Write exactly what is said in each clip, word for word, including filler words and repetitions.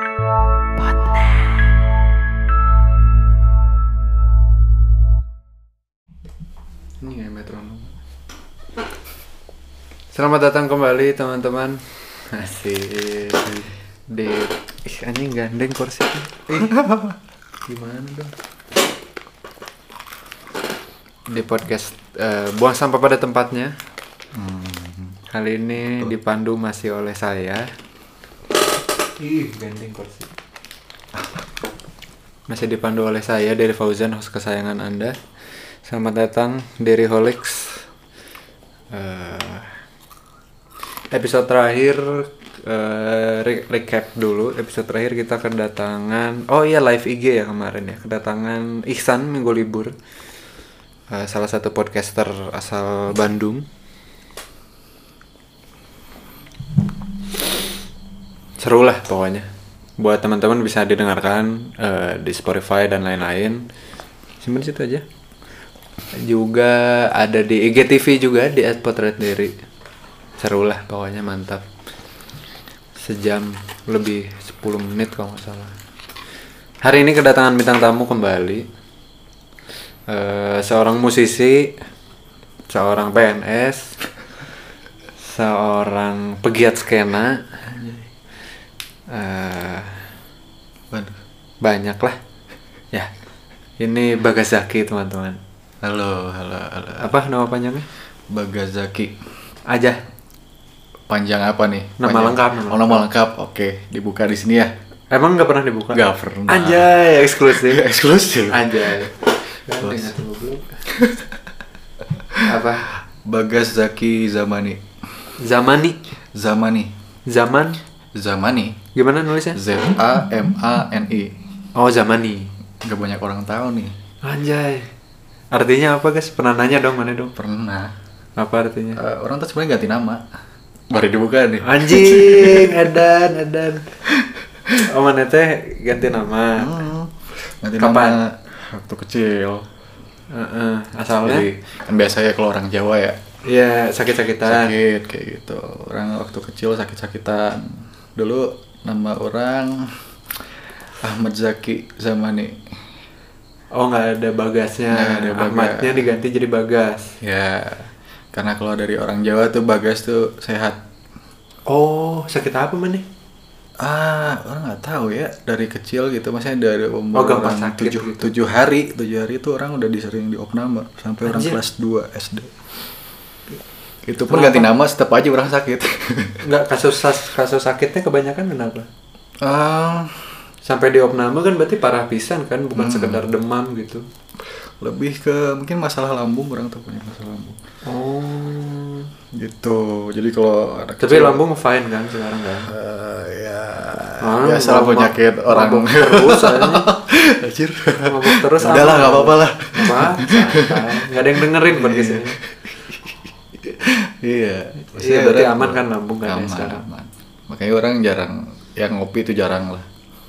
Ini kayak metronom. Selamat datang kembali teman-teman. Asik. Di ih anjing gandeng kursi. Ih. Gimana dong? Di podcast uh, buang sampah pada tempatnya. Hmm. Kali ini dipandu masih oleh saya. Ih, gandeng kursi. Masih dipandu oleh saya dari Fauzan, host kesayangan Anda. Selamat datang dari Holix. Uh, episode terakhir uh, re- recap dulu. Episode terakhir kita kedatangan, oh iya live I G ya kemarin ya. Kedatangan Ihsan minggu libur. Uh, salah satu podcaster asal Bandung. Seru lah pokoknya. Buat teman-teman bisa didengarkan uh, di Spotify dan lain-lain. Simpen situ aja. Juga ada di I G T V juga di at potret diri. Seru lah pokoknya, mantap. Sejam lebih sepuluh menit kalau nggak salah. Hari ini kedatangan bintang tamu kembali. Uh, seorang musisi, seorang P N S, seorang pegiat skena. Uh, banyak lah. Ya, ini Bagas Zaki teman-teman. Halo, halo, halo. Apa nama panjangnya? Bagas Zaki. Aja. Panjang apa nih? Nama Panjang. lengkap. Nama oh, nama lengkap. Oke, dibuka di sini ya. Emang nggak pernah dibuka? Nggak pernah. Anjay, eksklusif. Eksklusif. Anjay. Apa? Bagas Zaki Zamani. Zamani. Zamani. Zaman. Zamani. Gimana nulisnya? Z A M A N I. Oh, Zamani. Nggak banyak orang tahu nih. Anjay. Artinya apa guys? Pernah nanya dong, mana dong? Pernah. Apa artinya? Uh, orang tuh sebenarnya ganti nama. Baru dibuka nih. Anjing, edan, edan. Oh, mana teh ganti nama. Hmm, ganti Kapan? nama waktu kecil. Uh-uh. Asalnya? Jadi, kan biasa ya kalau orang Jawa ya. Iya, sakit-sakitan. Sakit kayak gitu. Orang waktu kecil sakit-sakitan. Dulu nama orang Ahmad Zaki Zamani. Oh, nggak ada Bagasnya. Nggak ada Bagas. Ahmadnya diganti jadi Bagas. Ya, karena kalau dari orang Jawa tuh Bagas tuh sehat. Oh, sakit apa mana? Ah, orang nggak tahu ya. Dari kecil gitu, maksudnya dari umur Oh, gampang orang sakit tujuh, gitu. tujuh hari, tujuh hari tuh orang udah disering diopname sampai orang Anjir. kelas dua S D. Itu pun Kenapa? ganti nama tetap aja orang sakit. Nggak, kasus kasus sakitnya kebanyakan kenapa? Ah, Sampai diopname kan berarti parah pisan kan, bukan Hmm. sekedar demam gitu. lebih ke mungkin masalah lambung, orang tuh punya masalah lambung. Oh. Gitu. Jadi kalau anak Tapi kecil, lambung fine kan sekarang kan? eh, ya Ah, biasa lah mabuk- penyakit orang mabuk terus aja. Anjir. Mabuk terus. Udah lah, nggak apa-apa lah. Apa? Santai. Nggak ada yang dengerin podcast ini. Iya. Iya, berarti aman kan lambung kan ya aman, sekarang? aman. Makanya orang jarang yang ngopi itu jarang lah.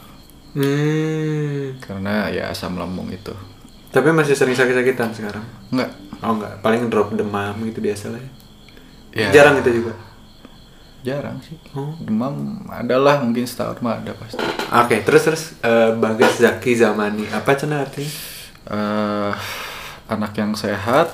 Hmm. Karena ya asam lambung itu. Tapi masih sering sakit-sakitan sekarang? Enggak. Oh enggak, paling drop demam gitu biasa lah ya. Ya, Jarang itu juga? Jarang sih. Oh. Demam adalah mungkin setahun mah ada pasti. Oke, terus terus eh, Bagas Zaki Zamani, apa cenah artinya? Eh, anak yang sehat.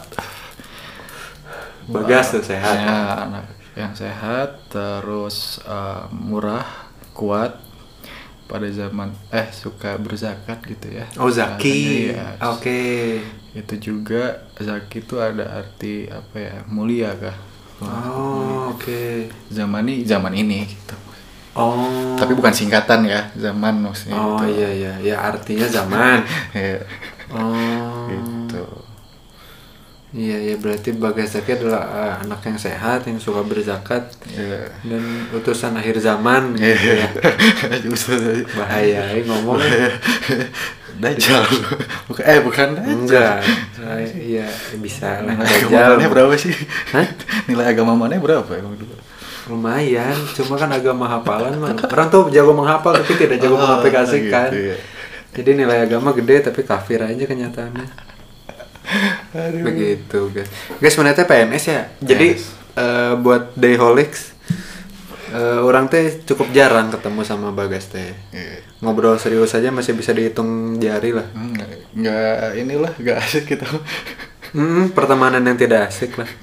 Bagas tuh sehat. Ya, anak yang sehat, terus eh, murah, kuat, pada zaman eh suka berzakat gitu ya. Oh, Zaki. Bahasanya ya. Oke. Itu juga Zaki itu ada arti apa ya, mulia kah? Oh, oke. Zamani zaman ini gitu. Oh. Tapi bukan singkatan ya, zaman maksudnya. Oh gitu. iya iya, ya artinya zaman. Ya, Oh. gitu. Iya iya, berarti Bagas Zaki adalah eh, anak yang sehat, yang suka berzakat Ya. dan utusan akhir zaman gitu ya. Bahaya ya ngomongnya. Dajjal. Bukan eh bukan Dajjal. Enggak. Saya, iya bisa lah. Nilai Dajjal. agama mana berapa sih? Hah? Nilai agama mana berapa emang dulu? Lumayan, cuma kan agama hafalan mah. Orang tuh jago menghafal tapi tidak jago Oh, mengaplikasikan. gitu ya. Jadi nilai agama gede tapi kafir aja kenyataannya. Aduh. Begitu guys. Guys sebenarnya P N S ya. Jadi Yes. eh, buat Dayholics Eh, orang teh cukup jarang ketemu sama Bagas teh. Iya. Ngobrol serius aja masih bisa dihitung jari lah. Nggak, nggak inilah, nggak asik gitu. Hmm, pertemanan yang tidak asik lah.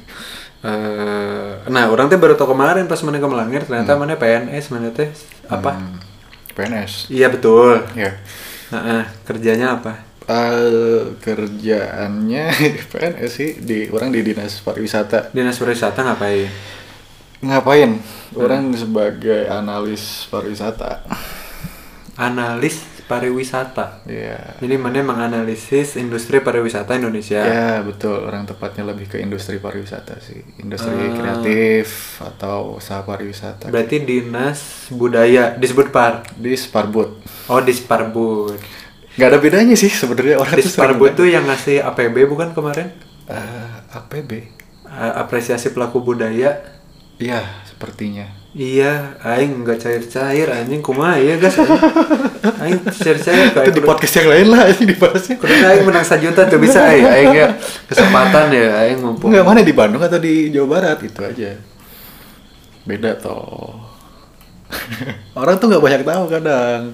Eh, nah, orang teh baru tau kemarin pas mana ke Melangir ternyata mana P N S, mana teh apa? Hmm, P N S. Iya betul. Ya. Nah, kerjanya apa? Uh, kerjaannya di P N S sih, di orang di dinas pariwisata. Dinas pariwisata ngapain? Ngapain? Orang sebagai analis pariwisata. Analis pariwisata. Iya. Jadi mana menganalisis industri pariwisata Indonesia. Ya betul, orang tepatnya lebih ke industri pariwisata sih, industri Ah. kreatif atau usaha pariwisata. Berarti dinas budaya disebut par. Di Sparbud. Oh, di Sparbud. Nggak ada bedanya sih sebenarnya, orang Di tuh sering Sparbud bilang, tuh yang ngasih A P B bukan kemarin? eh, A P B. A- apresiasi pelaku budaya. Iya, sepertinya. Iya, aing nggak cair-cair anjing kumaha ya guys. Aing cair-cair Itu di podcast yang lain lah ini dibahasnya. Kudu aing menang sajuta tuh bisa aing aing ya kesempatan ya aing mumpung. Enggak, mana di Bandung atau di Jawa Barat, itu aja. Beda toh. Orang tuh nggak banyak tahu kadang.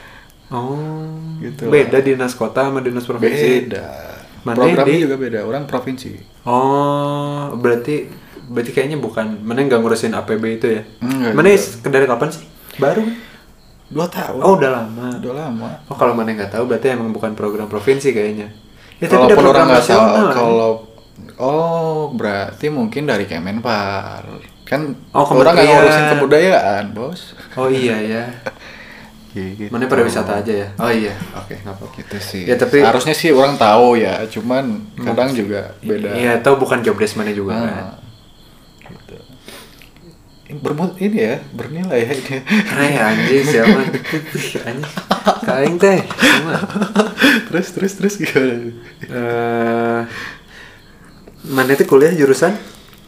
Oh, Gitu beda lah. dinas kota sama dinas provinsi. Beda. Mana Programnya di- juga beda. Orang provinsi. Oh, berarti berarti kayaknya bukan, mana nggak ngurusin A P B itu ya? Enggak Mana juga. dari kapan sih? Baru? kan? Dua tahun. Oh, udah lama. Udah lama. Oh, kalau mana nggak tahu berarti emang bukan program provinsi kayaknya. Ya tapi udah Kalaupun program orang nggak tahu, nasional. kalau oh berarti mungkin dari Kemenpar. Kan Oh, orang nggak kementerian. ngurusin kebudayaan, bos. Oh iya ya. Gitu. Mana pariwisata aja ya? Oh iya, oke nggak apa-apa. Gitu sih. Ya, tapi- harusnya sih orang tahu ya, cuman kadang juga beda. Iya, tahu bukan job desk mana juga kan. Nah, gitu. Ini bermut ini ya, bernilai ya ini. Hai anjing siapa? Anjing. Kain teh. Sama. terus terus terus gimana? Eh, mana itu kuliah jurusan?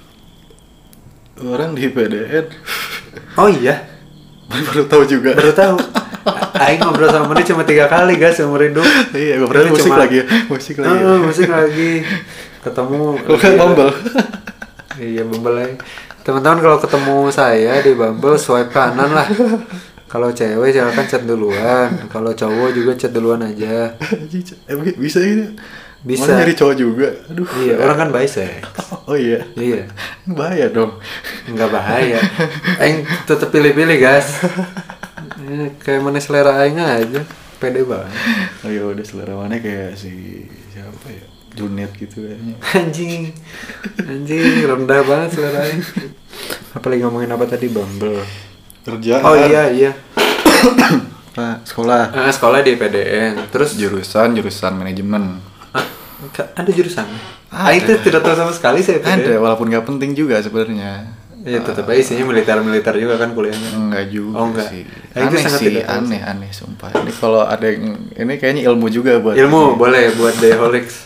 Orang di P D N Oh iya, baru tahu juga. baru tahu. A- Aing ngobrol sama Mani cuma tiga kali guys seumur hidup. Iya, gue pernah Dulu musik cuma- lagi ya, musik lagi. Oh, musik lagi. Ketemu. Bukan Bumble. Iya Bumble aja. Teman-teman kalau ketemu saya di Bumble swipe kanan lah. Kalau cewek silakan chat duluan. Kalau cowok juga chat duluan aja. Emang bisa gitu? Bisa. Mana nyari cowok juga? Aduh. Iya, orang kan bisex. Oh iya. Iya. Bahaya dong. Nggak bahaya. Aing tetep pilih-pilih guys. Eh, kayak mana selera Aing aja. Pede banget. Oh iya, udah selera mana kayak si siapa ya? Junet gitu kayaknya. Anjing. Anjing, rendah banget selera Aing. Apalagi ngomongin apa tadi Bumble. Kerjaan. Oh iya, iya. Pak, sekolah. Ah, sekolah di P D N. Terus Jurusan jurusan manajemen. ah, ka- ada jurusan. Ada. Aing tuh tidak tahu sama sekali saya P D N. Ada, walaupun nggak penting juga sebenarnya. Ya tetap aja isinya militer-militer juga kan kuliahnya. Enggak juga Oh, enggak. sih. Nah, itu Aneh sangat sih, tidak tahu aneh, aneh sumpah. Ini kalau ada yang ini kayaknya ilmu juga buat Ilmu boleh buat Dayholics.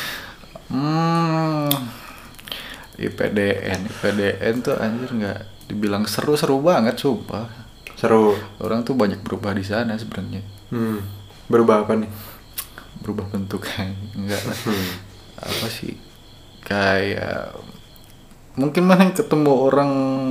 Hmm. I P D N, I P D N tuh anjir nggak dibilang seru-seru banget sumpah. Seru. Orang tuh banyak berubah di sana sebenarnya. Hmm. Berubah apa nih? Berubah bentuk enggak lah. Hmm. Apa sih? Kayak mungkin mana ketemu orang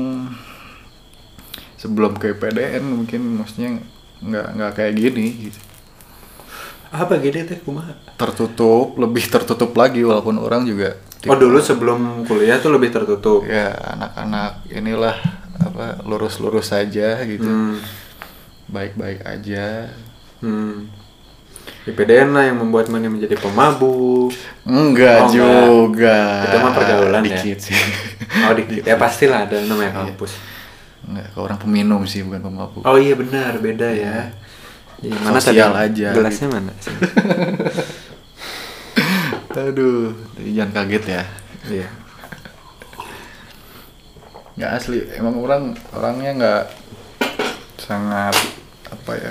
sebelum ke I P D N mungkin maksudnya nggak nggak kayak gini gitu. Apa gini teh kumaha? Tertutup, lebih tertutup lagi walaupun orang juga Oh dulu sebelum kuliah tuh lebih tertutup. ya anak-anak inilah apa lurus-lurus saja gitu. Hmm. Baik-baik aja. Hmm. I P D N lah yang membuat Mani menjadi pemabuk. Enggak Oh, enggak. juga. Itu mah pergaulan ya? Dikit sih. Oh dikit. Ya pastilah ada namanya kampus. Enggak, ke orang peminum sih bukan pemabuk. Oh iya benar beda ya. Iya, mana Sosial tadi? aja. Gelasnya mana? Aduh, jangan kaget ya. Iya. Nggak asli, emang orang orangnya nggak sangat apa ya?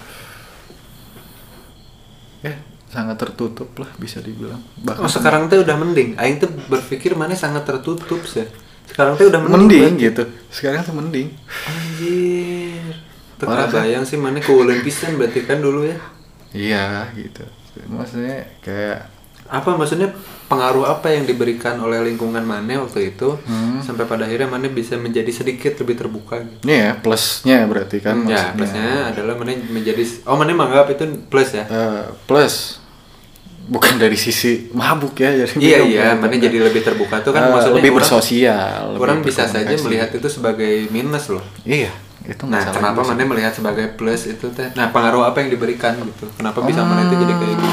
Ya, sangat tertutup lah bisa dibilang. Oh sekarang tuh udah mending. Aing tuh berpikir mana sangat tertutup sih. Sekarang tuh udah mending. mending berarti. gitu. Sekarang tuh mending. Anjir. Parah, kan? Terbayang sih mana keuleun pisan berarti kan dulu ya. Iya gitu. Maksudnya kayak apa maksudnya pengaruh apa yang diberikan oleh lingkungan Mane waktu itu hmm. sampai pada akhirnya Mane bisa menjadi sedikit lebih terbuka gitu. Ini ya plusnya berarti kan. Hmm, ya plusnya adalah Mane menjadi oh Mane menganggap itu plus ya. Uh, plus bukan dari sisi mabuk ya jadi iya iya Mane jadi lebih terbuka tuh kan uh, maksudnya lebih orang, bersosial orang lebih bisa saja melihat itu sebagai minus loh. Iya itu nah kenapa Mane melihat sebagai plus itu teh nah pengaruh apa yang diberikan gitu kenapa bisa hmm. Mane itu jadi kayak gitu.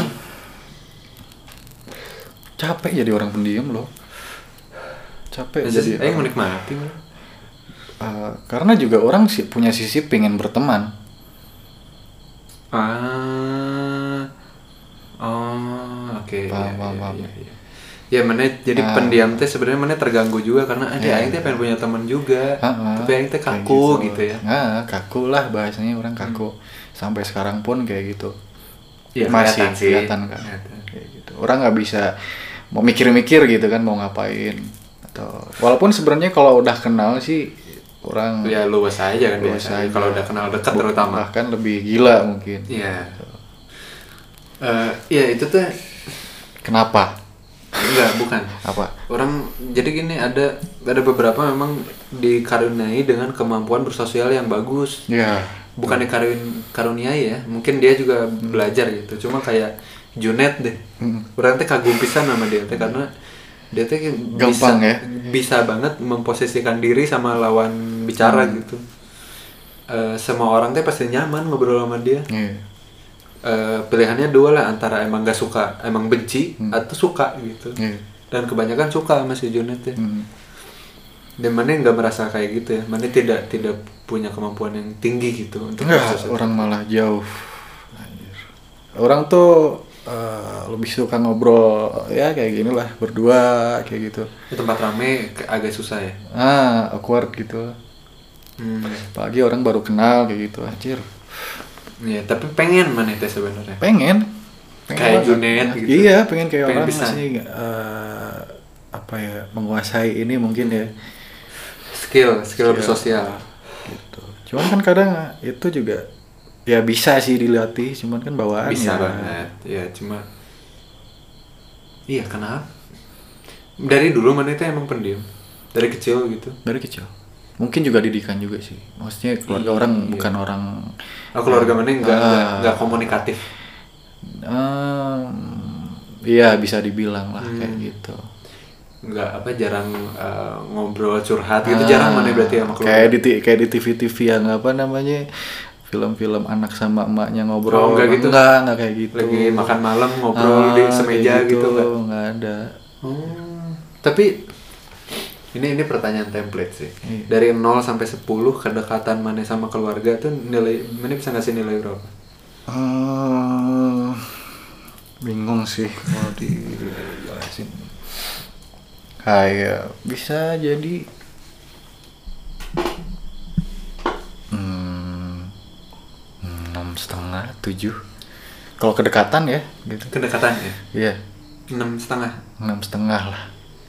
Capek jadi orang pendiam loh. Capek Masa jadi yang menikmati uh, karena juga orang sih punya sisi pengen berteman. Ah, oh, oke. Okay. Paham, ya, paham, ya, paham. Ya, ya. ya mana jadi nah, pendiam teh sebenarnya mana terganggu juga karena ada yeah. aing teh pengen punya teman juga. Uh-uh, tapi aing teh kaku gitu. gitu ya. Nah, kaku lah bahasanya orang kaku. Hmm. Sampai sekarang pun kayak gitu. Ya, masih kelihatan kan. Kayak gitu. Orang nggak bisa mau mikir-mikir gitu kan mau ngapain atau walaupun sebenarnya kalau udah kenal sih orang ya luas aja kan luas aja kalau udah kenal dekat terutama bahkan lebih gila mungkin. Iya. Uh, ya itu tuh kenapa? Enggak, bukan. Apa? Orang jadi gini ada ada beberapa memang dikaruniai dengan kemampuan bersosial yang bagus. Iya. Bukan dikarun karuniai ya, mungkin dia juga belajar gitu. Cuma kayak Junet deh, hmm. orang teh kagum pisan sama dia teh karena dia teh bisa ya? bisa banget memposisikan diri sama lawan bicara hmm. gitu. Uh, semua orang teh pasti nyaman ngobrol sama dia. Yeah. Uh, pilihannya dua lah antara emang gak suka, emang benci hmm. atau suka gitu. Yeah. Dan kebanyakan suka sama si Junet teh. Hmm. Dan Mane nggak merasa kayak gitu ya, Mane tidak tidak punya kemampuan yang tinggi gitu untuk nggak, orang malah jauh. Orang tuh Uh, lebih suka ngobrol ya kayak gini lah berdua kayak gitu. Di tempat rame agak susah ya. Ah awkward gitu. Hmm. Apalagi orang baru kenal kayak gitu anjir. Ya tapi pengen mana itu sebenarnya. Pengen. pengen kayak Junet gitu. Iya pengen kayak pengen orang bisa. Masih uh, apa ya menguasai ini mungkin ya. Skill skill, skill bersosial. Gitu. Cuman kan kadang itu juga ya bisa sih dilatih, cuman kan bawaan bisa ya. banget, ya cuma iya kenapa? Dari dulu Mane itu emang pendiam, dari kecil gitu. Dari kecil, mungkin juga didikan juga sih. Maksudnya keluarga iya, orang iya. bukan orang. Oh, keluarga Mane nggak nggak uh, nggak komunikatif. Um, iya bisa dibilang lah hmm. kayak gitu. Nggak apa jarang uh, ngobrol curhat gitu ah, jarang Mane berarti sama keluarga. Kayak di kayak di T V T V yang apa namanya. Film-film anak sama emaknya ngobrol. Oh, enggak gitu. Enggak, enggak kayak gitu. Lagi makan malam ngobrol ah, di semeja gitu, gitu kan. Enggak ada. Oh. Tapi ini ini pertanyaan template sih. Iya. Dari nol sampai sepuluh kedekatan Mane sama keluarga tuh nilai Mane bisa ngasih nilai berapa? Uh, bingung sih mau dijelasin. Kayak bisa jadi enam setengah tujuh kalau kedekatan ya gitu. Kedekatan ya iya enam setengah enam setengah lah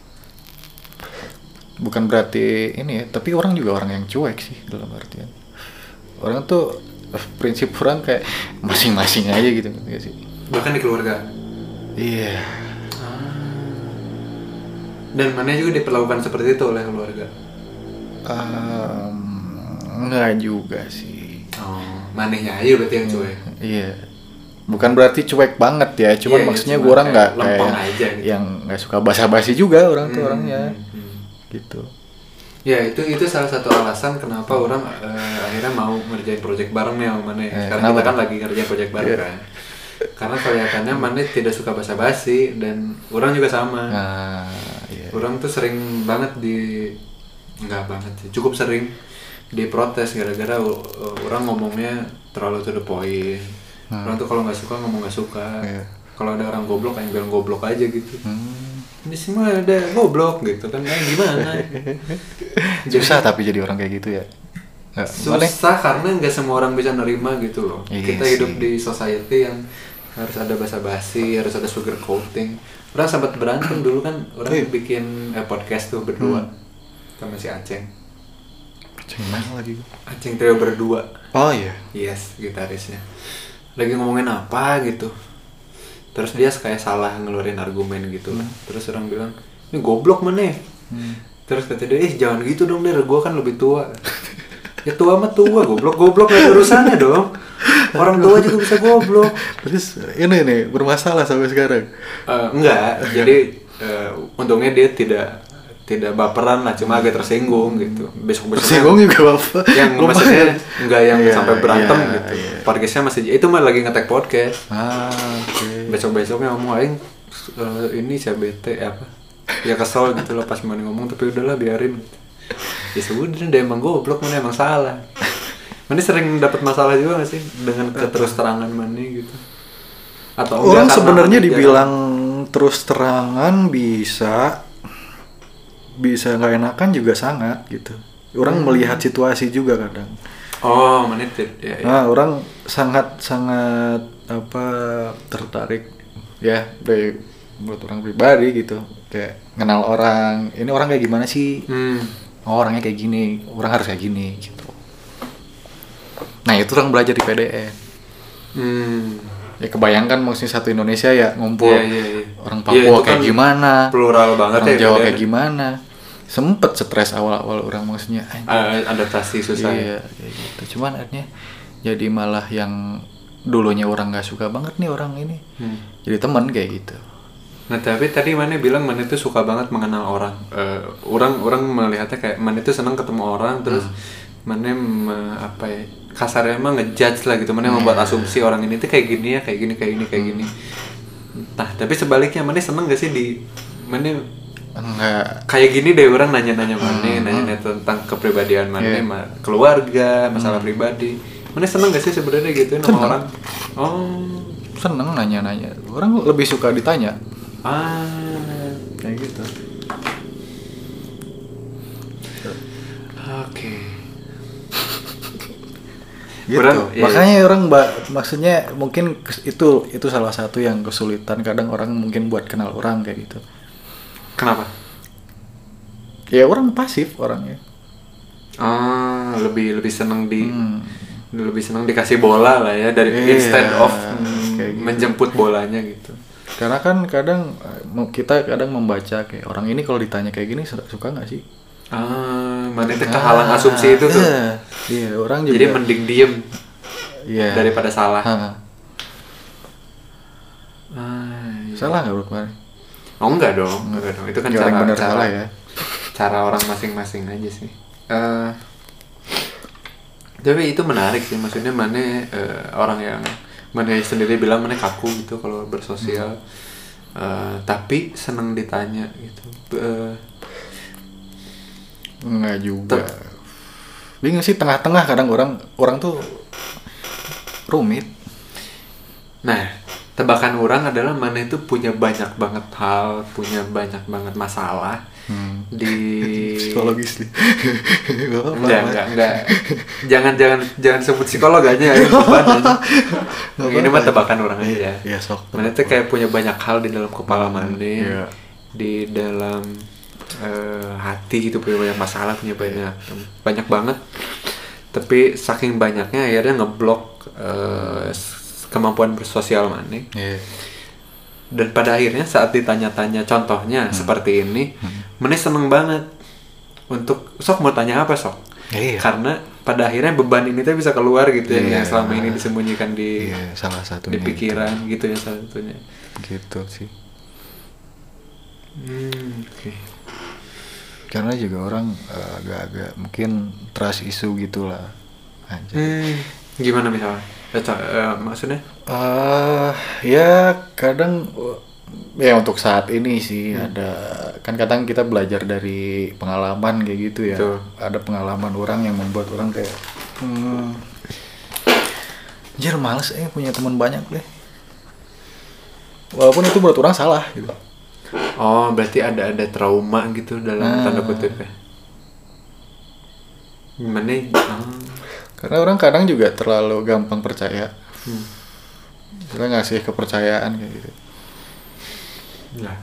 bukan berarti ini ya tapi orang juga orang yang cuek sih dalam artian orang tuh prinsip orang kayak masing-masing aja gitu ya sih bahkan di keluarga iya ah. Dan Mane juga diperlakukan seperti itu oleh keluarga um, enggak juga sih. Manehnya aja berarti yang cuek. Iya. Bukan berarti cuek banget ya, cuman yeah, maksudnya gue orang nggak kayak, kayak aja gitu. Yang nggak suka basa-basi juga orang tuh hmm, orangnya, hmm. gitu. Ya itu itu salah satu alasan kenapa orang uh, akhirnya mau ngerjain project bareng ya sama Mane. Eh, Sekarang kita kan lagi ngerjain project bareng yeah. kan. Karena kelihatannya Mane tidak suka basa-basi dan orang juga sama. Nah, yeah. Orang tuh sering banget di nggak banget sih, cukup sering diprotes gara-gara uh, orang ngomongnya terlalu to the point. Hmm. Orang tuh kalau nggak suka ngomong nggak suka. Yeah. Kalau ada orang goblok yang bilang goblok aja gitu. Hmm. Ini semua ada goblok gitu kan, nah, gimana? Susah tapi jadi orang kayak gitu ya. Nggak, susah mana? Karena nggak semua orang bisa nerima gitu loh. Iya Kita sih. Hidup di society yang harus ada basa-basi, harus ada sugar coating. Orang sempat berantem dulu kan, orang okay. bikin eh, podcast tuh berdua hmm. sama si Aceng. Aceng mana lagi? Aceng trio berdua. Oh iya. Yes, gitarisnya. Lagi ngomongin apa gitu. terus dia kayak salah ngeluarin argumen gitu lah. Terus orang bilang, ini goblok mana? Hmm. Terus kata dia, eh jangan gitu dong Der, gue kan lebih tua. Ya tua mah tua, goblok goblok gak ada urusannya dong. Orang tua juga bisa goblok. Terus ini nih bermasalah sampai sekarang. Uh, enggak, jadi uh, untungnya dia tidak tidak baperan lah, cuma agak tersinggung gitu. Besok besoknya tersinggung juga bapak. Yang maksudnya enggak yang yeah, sampai berantem yeah, gitu. Yeah. Podcastnya masih itu mah lagi nge-tag podcast. Ah, oke. Okay. Besok besoknya ngomong aing uh, ini saya bete apa? Ya kesel gitu loh pas mau ngomong, tapi udahlah biarin. Ya sudah, dia emang goblok, mana emang salah. Mana sering dapat masalah juga nggak sih dengan keterus terangan mana gitu? Atau orang sebenarnya dibilang terus terangan bisa. Bisa nggak enakan juga sangat gitu. Orang hmm. melihat situasi juga kadang. Oh, menitit ya, ya. Nah, orang sangat sangat apa tertarik ya dari menurut orang pribadi gitu. Kayak kenal orang, ini orang kayak gimana sih? Hmm. Oh, orangnya kayak gini, orang harus kayak gini gitu. Nah, itu orang belajar di P D N. Hmm. Ya kebayangkan maksudnya satu Indonesia ya ngumpul yeah, yeah, yeah. orang Papua yeah, kayak kan gimana, plural banget orang ya, Jawa kayak gimana, sempet stres awal-awal orang maksudnya uh, adaptasi susah. Iya, kayak gitu. Cuman akhirnya jadi malah yang dulunya orang nggak suka banget nih orang ini, hmm. jadi teman kayak gitu. Nah tapi tadi mana bilang mana itu suka banget mengenal orang, uh, orang orang melihatnya kayak mana itu senang ketemu orang terus hmm. mana me, apa ya kasarnya emang ngejudge lah gitu, mana yeah. membuat asumsi orang ini tuh kayak gini ya, kayak gini, kayak gini, kayak gini. Nah, tapi sebaliknya mana seneng gak sih di mana enggak kayak gini deh orang nanya-nanya mana, hmm. nanya-nanya tentang kepribadian mana, yeah. keluarga, masalah hmm. pribadi. Mana seneng gak sih sebenarnya gitu sama orang? Oh, seneng nanya-nanya. Orang lebih suka ditanya. Ah, kayak gitu. Oke. Okay. Gitu. Orang, makanya iya. orang mbak maksudnya mungkin itu itu salah satu yang kesulitan kadang orang mungkin buat kenal orang kayak gitu. Kenapa? Ya orang pasif orangnya. Ah, lebih lebih seneng di hmm. lebih seneng dikasih bola lah ya dari yeah, instead of mm, gitu. Menjemput bolanya gitu. Karena kan kadang kita kadang membaca kayak orang ini kalau ditanya kayak gini suka nggak sih? Ah, mana itu kehalang ah, asumsi itu tuh. Iya, iya orang juga. Jadi mending diem iya. daripada salah. Ha. Ah, iya. Salah nggak bro kemarin? Oh enggak dong, enggak dong. Itu kan ya, cara bener cara, salah ya. cara orang masing-masing aja sih. Uh, tapi itu menarik sih, maksudnya mana uh, orang yang mana sendiri bilang mana kaku gitu kalau bersosial, hmm. uh, tapi seneng ditanya gitu. Uh, Enggak juga. Ter- Bingung sih tengah-tengah kadang orang orang tuh rumit. Nah, tebakan orang adalah mana itu punya banyak banget hal, punya banyak banget masalah hmm. di psikologis nih. enggak, enggak, enggak. Jangan jangan jangan sebut psikolog aja ya, beban aja. Ini mah tebakan orang aja. Iya, sok. Mana itu kayak punya banyak hal di dalam kepala mana. Iya. Di dalam Uh, hati gitu, punya banyak masalah, punya banyak banyak banget, tapi saking banyaknya akhirnya ngeblok uh, kemampuan bersosial mana. Yeah. Dan pada akhirnya saat ditanya-tanya contohnya hmm. seperti ini, hmm. mana seneng banget untuk sok mau tanya apa sok, yeah. karena pada akhirnya beban ini tuh bisa keluar gitu yeah. yang selama ini disembunyikan di yeah, salah satunya di pikiran itu. Gitu ya salah satunya. Gitu sih. Hmm, oke. Okay. Karena juga orang uh, agak-agak mungkin trust issue gitulah. Hmm, gimana misalnya? Uh, uh, maksudnya? Uh, ya kadang uh, ya untuk saat ini sih hmm. ada kan kadang kita belajar dari pengalaman kayak gitu ya. Betul. Ada pengalaman orang yang membuat orang kayak hmm, anjir males eh punya teman banyak deh. Walaupun itu menurut orang salah gitu. Oh, berarti ada ada trauma gitu dalam nah. tanda kutip ya. Gimana? Oh. Karena orang kadang juga terlalu gampang percaya. Hmm. Kita ngasih kepercayaan kayak gitu. Lah.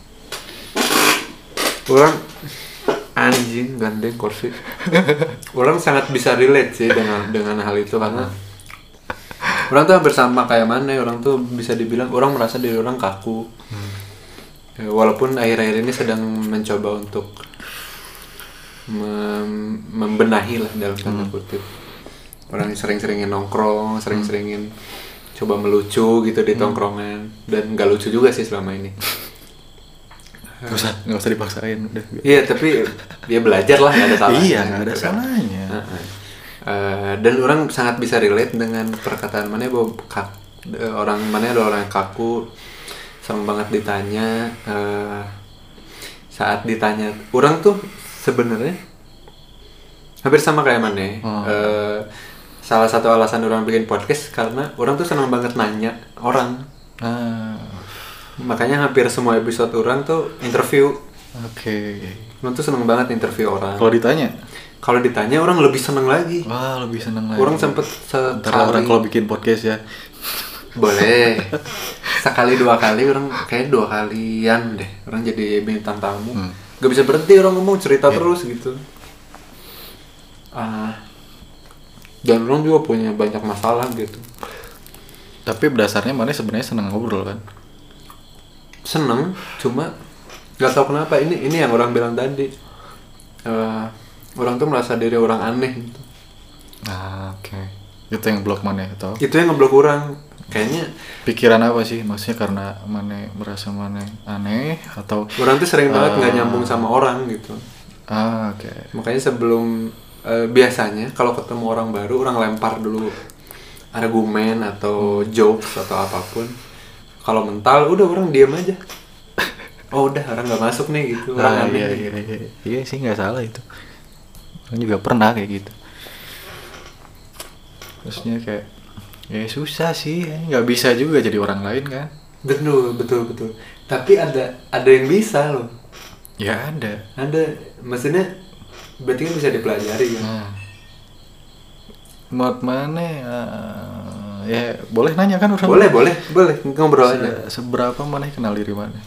Orang anjing gandeng kursi. Orang sangat bisa relate sih dengan dengan hal itu karena Orang tuh hampir sama kayak mana, orang tuh bisa dibilang orang merasa diri orang kaku. Hmm. Ya, walaupun akhir-akhir ini sedang mencoba untuk mem- membenahi lah dalam tanda kutip. Orang sering-seringin nongkrong, sering-seringin coba melucu gitu di tongkrongan, dan nggak lucu juga sih selama ini. Gak usah, gak usah dipaksain udah. Iya, tapi dia belajar lah, nggak ada salahnya. Iya, nggak ada salahnya. Uh-uh. Uh, dan orang sangat bisa relate dengan perkataan mana bahwa kak, orang mana ada orang yang kaku, sama banget ditanya. Uh, saat ditanya, orang tuh sebenarnya hampir sama kayak mana. Oh. Uh, salah satu alasan orang bikin podcast karena orang tuh senang banget nanya orang. Ah. Makanya hampir semua episode orang tuh interview. Oke. Okay. Orang tuh seneng banget interview orang. Kalau ditanya? Kalau ditanya orang lebih seneng lagi. Wah, lebih seneng lagi. Orang sempet sekali. Antara orang kalau bikin podcast ya. Boleh. Sekali dua kali orang kayak dua kalian deh. Orang jadi bintang tamu. Hmm. Gak bisa berhenti orang ngomong cerita yeah. terus gitu. Ah. Dan orang juga punya banyak masalah gitu. Tapi berdasarnya mana sebenarnya seneng ngobrol kan? Seneng, cuma gak tahu kenapa ini ini yang orang bilang tadi. Uh, orang tuh merasa diri orang aneh gitu. Ah, oke. Okay. Itu yang blok mana atau? Itu yang ngeblok orang. Kayaknya pikiran apa sih? Maksudnya karena mana merasa mana aneh atau orang tuh sering banget nggak uh, nyambung sama orang gitu. Ah, oke. Okay. Makanya sebelum uh, biasanya kalau ketemu orang baru orang lempar dulu argumen atau jokes atau apapun. Kalau mental udah orang diam aja. Oh udah orang nggak masuk nih gitu. Orang ah, aneh. Iya, iya, iya. Iya sih nggak salah itu. Orang juga pernah kayak gitu. Terusnya kayak ya susah sih, nggak bisa juga jadi orang lain kan. Betul betul betul. Tapi ada ada yang bisa loh. Ya ada. Ada, maksudnya berarti kan bisa dipelajari kan. Nah. Mod mana? Uh... Ya boleh nanya kan orang. Boleh boleh boleh ngobrol Se- aja. Seberapa mana kenal diri mana?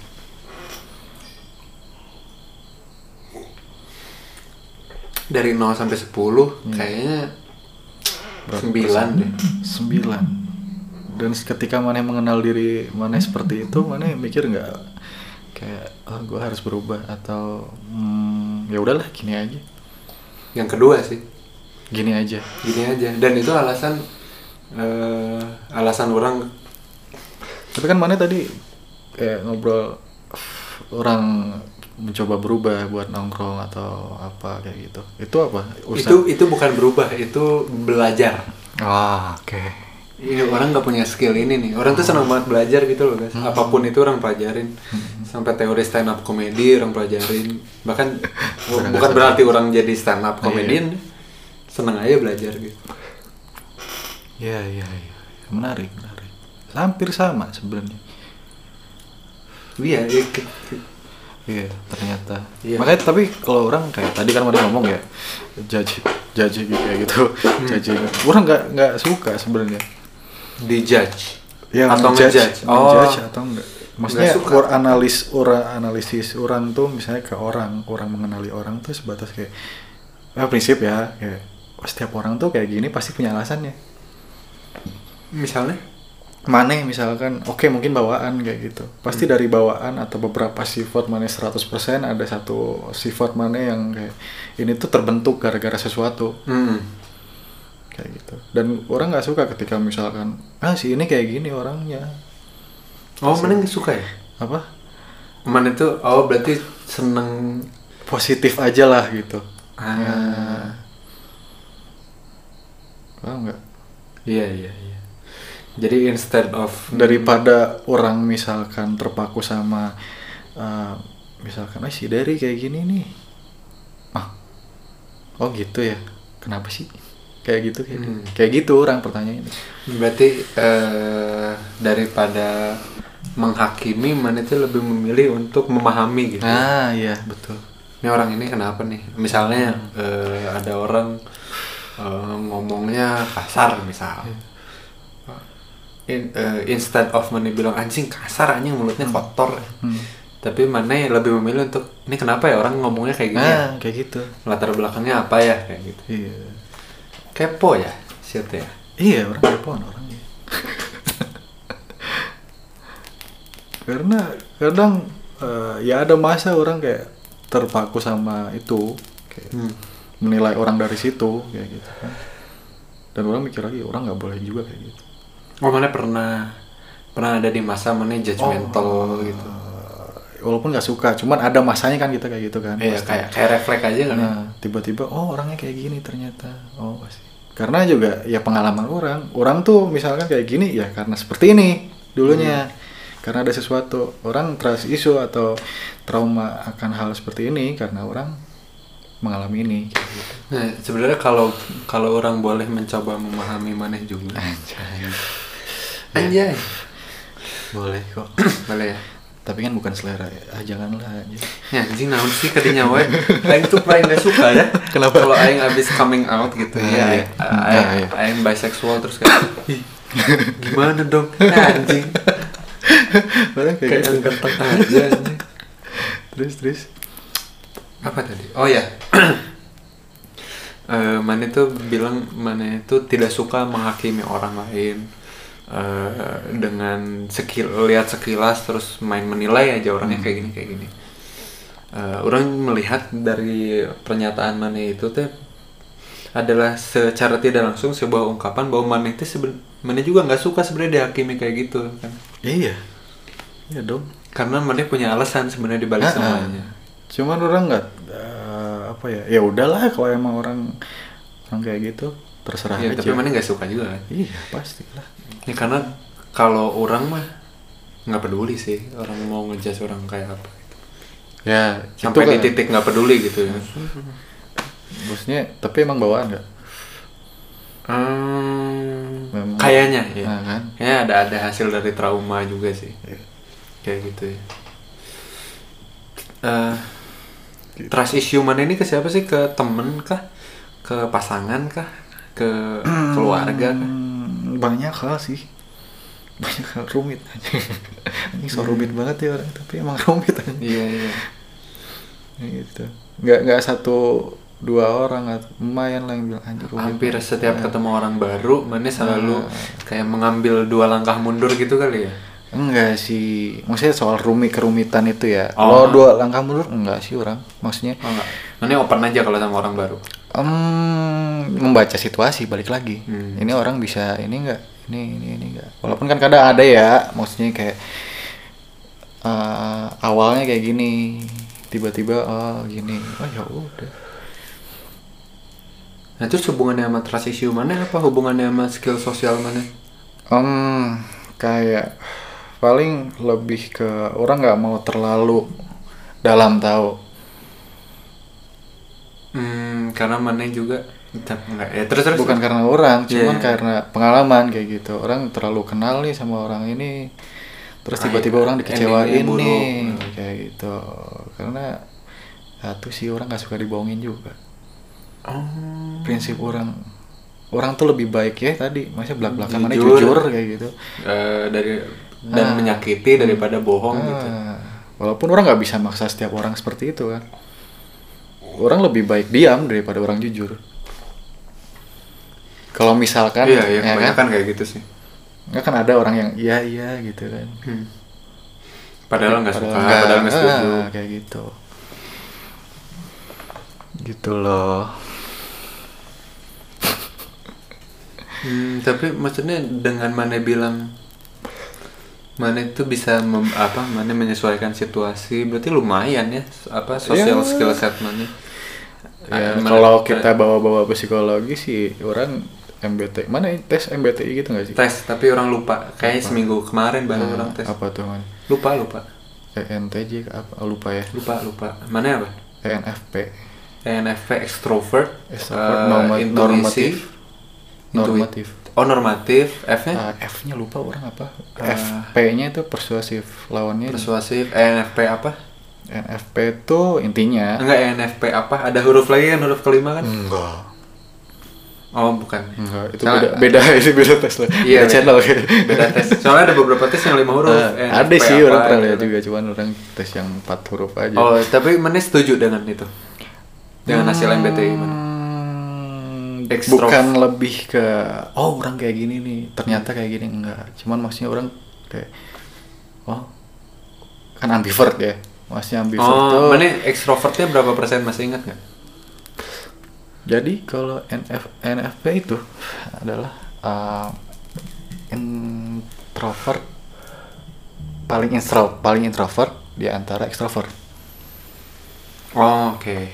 Dari nol sampai sepuluh hmm. kayaknya sembilan deh. sembilan. Dan ketika mana mengenal diri mana seperti itu, mana mikir nggak kayak oh gue harus berubah atau hmm, ya udahlah gini aja. Yang kedua sih. Gini aja. Gini aja. Dan itu alasan Uh, alasan orang. Tapi kan mana tadi kayak ngobrol orang mencoba berubah buat nongkrong atau apa kayak gitu. Itu apa? Usaha? Itu itu bukan berubah, itu belajar. Ah, oke. Okay. Ini orang nggak punya skill ini nih. Orang tuh senang banget belajar gitu loh guys. Hmm. Apapun itu orang pelajarin. Hmm. Sampai teori stand up comedy orang pelajarin. Bahkan bukan berarti orang jadi stand up comedian. Iya. Senang aja belajar gitu. Ya, ya, ya, menarik, menarik. Hampir sama sebenarnya. Iya, iya. Iya, ternyata. Iya. Makanya tapi kalau orang kayak tadi kan mana ngomong ya, judge, judge kayak gitu, hmm. judge. Orang nggak nggak suka sebenarnya. Di judge. Ya, atau ngejudge, oh. ngejudge atau enggak. Maksudnya orang analis orang analisis orang tuh misalnya ke orang, orang mengenali orang tuh sebatas kayak, ah, prinsip ya, kayak setiap orang tuh kayak gini pasti punya alasannya. Misalnya mana misalkan oke okay, mungkin bawaan kayak gitu pasti hmm. dari bawaan atau beberapa sifat mana seratus persen ada satu sifat mana yang kayak ini tuh terbentuk gara-gara sesuatu hmm. kayak gitu dan orang nggak suka ketika misalkan ah si ini kayak gini orangnya. Oh mana nggak suka ya apa mana itu oh berarti seneng positif aja lah gitu. Ah ya. Paham nggak? Iya iya iya. Jadi instead of daripada orang misalkan terpaku sama uh, misalkan ah si Dari kayak gini nih, ah oh gitu ya, kenapa sih kayak gitu kayak, hmm. kayak gitu orang pertanyaannya. Berarti uh, daripada menghakimi, mana itu lebih memilih untuk memahami gitu. Ah iya betul. Ini orang ini kenapa nih? Misalnya hmm. uh, ada orang uh, ngomongnya kasar misal. Hmm. In, uh, instead of mana bilang anjing kasar anjing mulutnya kotor hmm. tapi mana lebih memilih untuk ini kenapa ya orang ngomongnya kayak gini ah, ya? Kayak gitu latar belakangnya apa ya kayak gitu. Iya. Kepo ya siapa ya iya orang kepo orangnya Karena kadang uh, ya ada masa orang kayak terpaku sama itu, kayak hmm. menilai orang dari situ kayak gitu kan. Dan orang mikir lagi orang nggak boleh juga kayak gitu. Oh, mana pernah pernah ada di masa mana judgmental oh, gitu. Walaupun nggak suka, cuman ada masanya kan kita kayak gitu kan. Iya, kayak kayak refleks aja kan. Nah, tiba-tiba oh orangnya kayak gini ternyata. Oh pasti. Karena juga ya pengalaman orang. Orang tuh misalkan kayak gini ya karena seperti ini dulunya. Hmm. Karena ada sesuatu. Orang trust issue atau trauma akan hal seperti ini karena orang mengalami ini gitu. Nah, sebenarnya kalau kalau orang boleh mencoba memahami maneh juga. Anjay. Anjay. Boleh kok. Boleh ya. Tapi kan bukan selera ya. Ah, janganlah anjing. Ya anjing naon sih kadinya we. Aing tuh paling gak suka ya. Kenapa? Kalau aing abis coming out gitu nah, ya. Aing, nah, aing, iya. aing bisexual terus kayak gimana dong? Nah, anjing. Padahal kayak, kayak gitu. Ketek aja anjing. Terus terus apa tadi? Oh ya. uh, Mane tuh bilang Mane itu tidak suka menghakimi orang lain. Uh, dengan skill lihat sekilas terus main menilai aja orangnya hmm. kayak gini kayak gini. Uh, orang melihat dari pernyataan Mane itu teh adalah secara tidak langsung sebuah ungkapan bahwa Mane itu seben Mane juga nggak suka sebenarnya dihakimi kayak gitu kan. Iya, iya dong. Karena Mane punya alasan sebenarnya di balik semuanya. Cuman orang nggak uh, apa ya? Ya udahlah kalau emang orang orang kayak gitu terserah ya, aja. Tapi Mane nggak suka juga kan? Iya pastilah. Ya karena kalau orang mah nggak peduli sih orang mau ngejudge orang kayak apa gitu. Ya sampai kan, di titik nggak peduli gitu ya. Maksudnya tapi emang bawaan nggak? Hmm, kayaknya ya. Nah, kan? Kayaknya ada ada hasil dari trauma juga sih. Ya. Kayak gitu ya. Uh, gitu. Trust issue mana ini ke siapa sih? Ke temen kah? Ke pasangan kah? Ke keluarga kah? Banyak hal sih, banyak hal rumit aja. Ini so rumit hmm. banget ya orang, tapi emang rumit aja. Iya iya. Gitu. Nggak nggak satu dua orang atau lumayan lah yang bilang anjir rumit. Hampir setiap nah. ketemu orang baru, mana selalu nah. kayak mengambil dua langkah mundur gitu kali ya? Enggak sih, maksudnya soal rumit kerumitan itu ya. Oh. Kalau dua langkah mundur enggak sih orang, maksudnya. Oh, enggak. Mana open aja kalau sama orang baru. Um, membaca situasi balik lagi. Hmm. Ini orang bisa ini enggak? Ini ini ini enggak. Walaupun kan kadang ada ya, maksudnya kayak uh, awalnya kayak gini, tiba-tiba oh gini. Oh ya udah. Nah, terus hubungannya sama trust issue mana apa hubungannya sama skill sosial mana? Um, kayak paling lebih ke orang nggak mau terlalu dalam tahu. Hmm, karena mana juga enggak ya terus terus bukan karena orang, cuman yeah. karena pengalaman kayak gitu. Orang terlalu kenal nih sama orang ini, terus tiba-tiba orang dikecewain nih, hmm. kayak gitu. Karena satu sih orang nggak suka dibohongin juga. Oh. Prinsip orang, orang tuh lebih baik ya tadi, maksudnya belak-belakan mana jujur kayak gitu. Uh, dari dan ah. menyakiti daripada bohong ah. gitu. Walaupun orang nggak bisa maksa setiap orang seperti itu kan. Orang lebih baik diam daripada orang jujur. Kalau misalkan, iya, iya, ya kebanyakan kan? Kayak gitu sih. Nggak kan ada orang yang iya iya gitu kan. Hmm. Padahal nggak suka, padahal nggak setuju. Ah, kayak gitu. Gitu loh. Hmm, tapi maksudnya dengan Mane bilang Mane itu bisa mem, apa Mane menyesuaikan situasi, berarti lumayan ya apa social ya. Skill set Mane. Ya, kalau kita bawa-bawa psikologi sih orang M B T I. Mana tes M B T I gitu nggak sih? Tes, tapi orang lupa. Kayaknya seminggu kemarin baru nah, orang tes. Apa tuh man? Lupa lupa. E N T J apa? Lupa ya. Lupa lupa. Mana apa? E N F P. E N F P extrovert. Extrovert. Uh, normatif. Normatif. Oh normatif. F-nya? Uh, F-nya lupa orang apa? Uh, F P-nya itu persuasif. Lawannya. Persuasif. E N F P apa? E N F P itu intinya. Enggak, E N F P apa? Ada huruf lagi kan, huruf kelima kan? Enggak. Oh bukan. Enggak, itu Soalnya, beda beda itu beda tes lah. Iya, beda channel beda, beda tes. Soalnya ada beberapa tes yang lima huruf. Nah, E N F P ada sih apa, orang pernah lihat gitu. juga, cuman orang tes yang empat huruf aja. Oh, tapi mana setuju dengan itu? Dengan hmm, hasil M B T I mana? Extrovert. Bukan lebih ke oh orang kayak gini nih, ternyata kayak gini enggak. Cuman maksudnya orang kayak oh kan ambivert ya. Maksudnya ambivert Oh, tuh. mana ekstrovertnya berapa persen, masih ingat nggak? Jadi kalau N F N F P itu adalah uh, introvert paling intro paling introvert di antara ekstrovert. Oh, oke. Okay.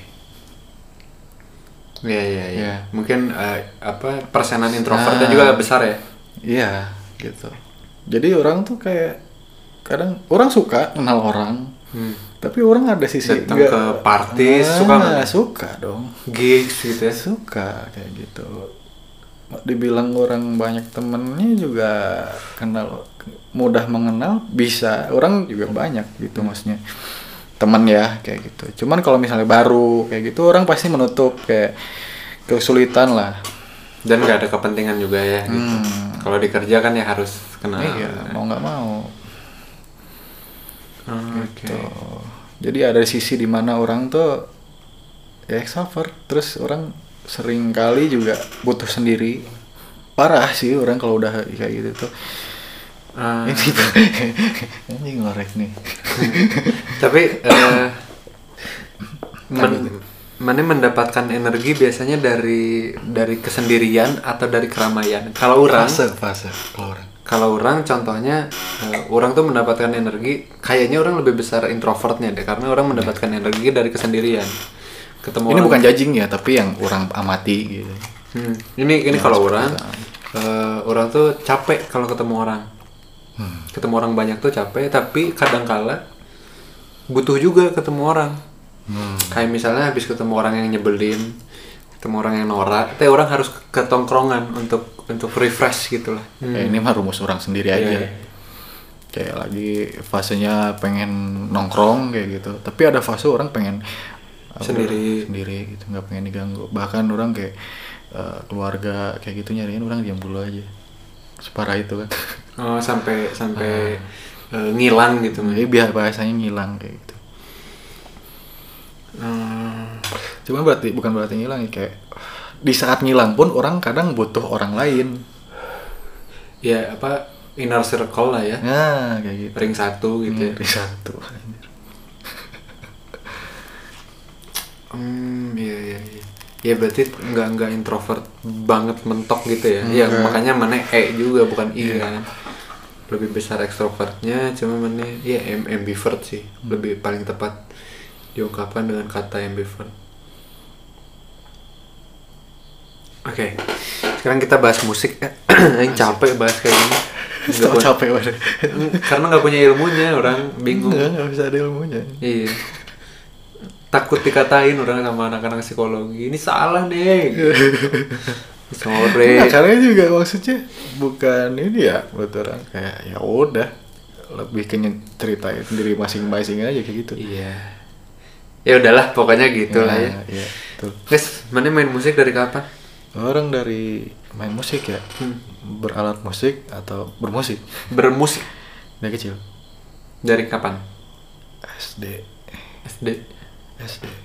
Iya, iya, iya. Iya. Mungkin uh, apa persenan introvertnya Nah. juga besar ya? Iya, gitu. Jadi orang tuh kayak kadang orang suka kenal orang, Hmm. tapi orang ada sisi Datang nggak- ke party, Ah, suka nggak? suka dong, Gigs gitu ya? suka kayak gitu. Dibilang orang banyak temennya juga kenal, mudah mengenal, bisa orang juga banyak gitu maksudnya temen ya kayak gitu. Cuman kalau misalnya baru kayak gitu orang pasti menutup kayak kesulitan lah. Dan nggak ada kepentingan juga ya gitu. Hmm. Kalau di kerja kan ya harus kenal. Iya, mau nggak mau. Oh, oke. Gitu. Jadi ada sisi di mana orang tuh ya extrovert, terus orang sering kali juga butuh sendiri. Parah sih orang kalau udah kayak gitu tuh. Ah, Ini ini ngorek nih. tapi eh, men- mana mendapatkan energi biasanya dari dari kesendirian atau dari keramaian? Kalau orang, Fase, fase kalau orang. kalau orang contohnya eh, orang tuh mendapatkan energi, kayaknya orang lebih besar introvertnya deh, karena orang mendapatkan energi dari kesendirian. Ketemu Ini orang- bukan judging ya, tapi yang orang amati gitu. Hmm, ini ini kalau orang eh, orang tuh capek kalau ketemu orang. Hmm. Ketemu orang banyak tuh capek, tapi kadangkala butuh juga ketemu orang. Hmm. Kayak misalnya habis ketemu orang yang nyebelin, ketemu orang yang norak, teh orang harus ke tongkrongan untuk untuk refresh gitu lah. Ya, ini mah rumus orang sendiri aja. Iya. Kayak lagi fasenya pengen nongkrong kayak gitu. Tapi ada fase orang pengen apa, Sendiri. sendiri gitu, nggak pengen diganggu. Bahkan orang kayak eh, keluarga kayak gitu nyariin orang diam dulu aja. Separah itu kan. Oh, sampai sampai eh, ngilang gitu. Jadi biar bahasanya ngilang kayak gitu. Hmm, Cuman berarti bukan berarti ngilang ya, kayak di saat ngilang pun orang kadang butuh orang lain. ya apa inner circle lah ya, Nah, kayak gitu. ring satu gitu. Ya. Dari satu. Hmm, iya iya iya. Ya berarti nggak nggak introvert banget mentok gitu ya. Iya, Enggak. makanya mana E juga bukan I Iya. kan. Lebih besar ekstrovertnya, cuma mana ya am- ambivert sih. Lebih paling tepat diungkapkan dengan kata ambivert. Oke. Sekarang kita bahas musik. Yang capek bahas kayak gini. Nggak Tahu punya- capek banget. Karena nggak punya ilmunya, orang bingung. Enggak, enggak bisa ada ilmunya. Iya. Takut dikatain orang sama anak-anak psikologi. Ini salah deh. Sore. Nah, karena juga maksudnya bukan ini ya buat orang kayak ya udah lebih ke nye- ceritain diri masing-masing aja kayak gitu. Iya. Ya udahlah, pokoknya gitu lah ya. Iya, betul. Guys, mana main musik dari kapan? Orang dari main musik ya, Hmm. beralat musik atau bermusik Bermusik dari kecil. dari kapan? S D, S D. S D.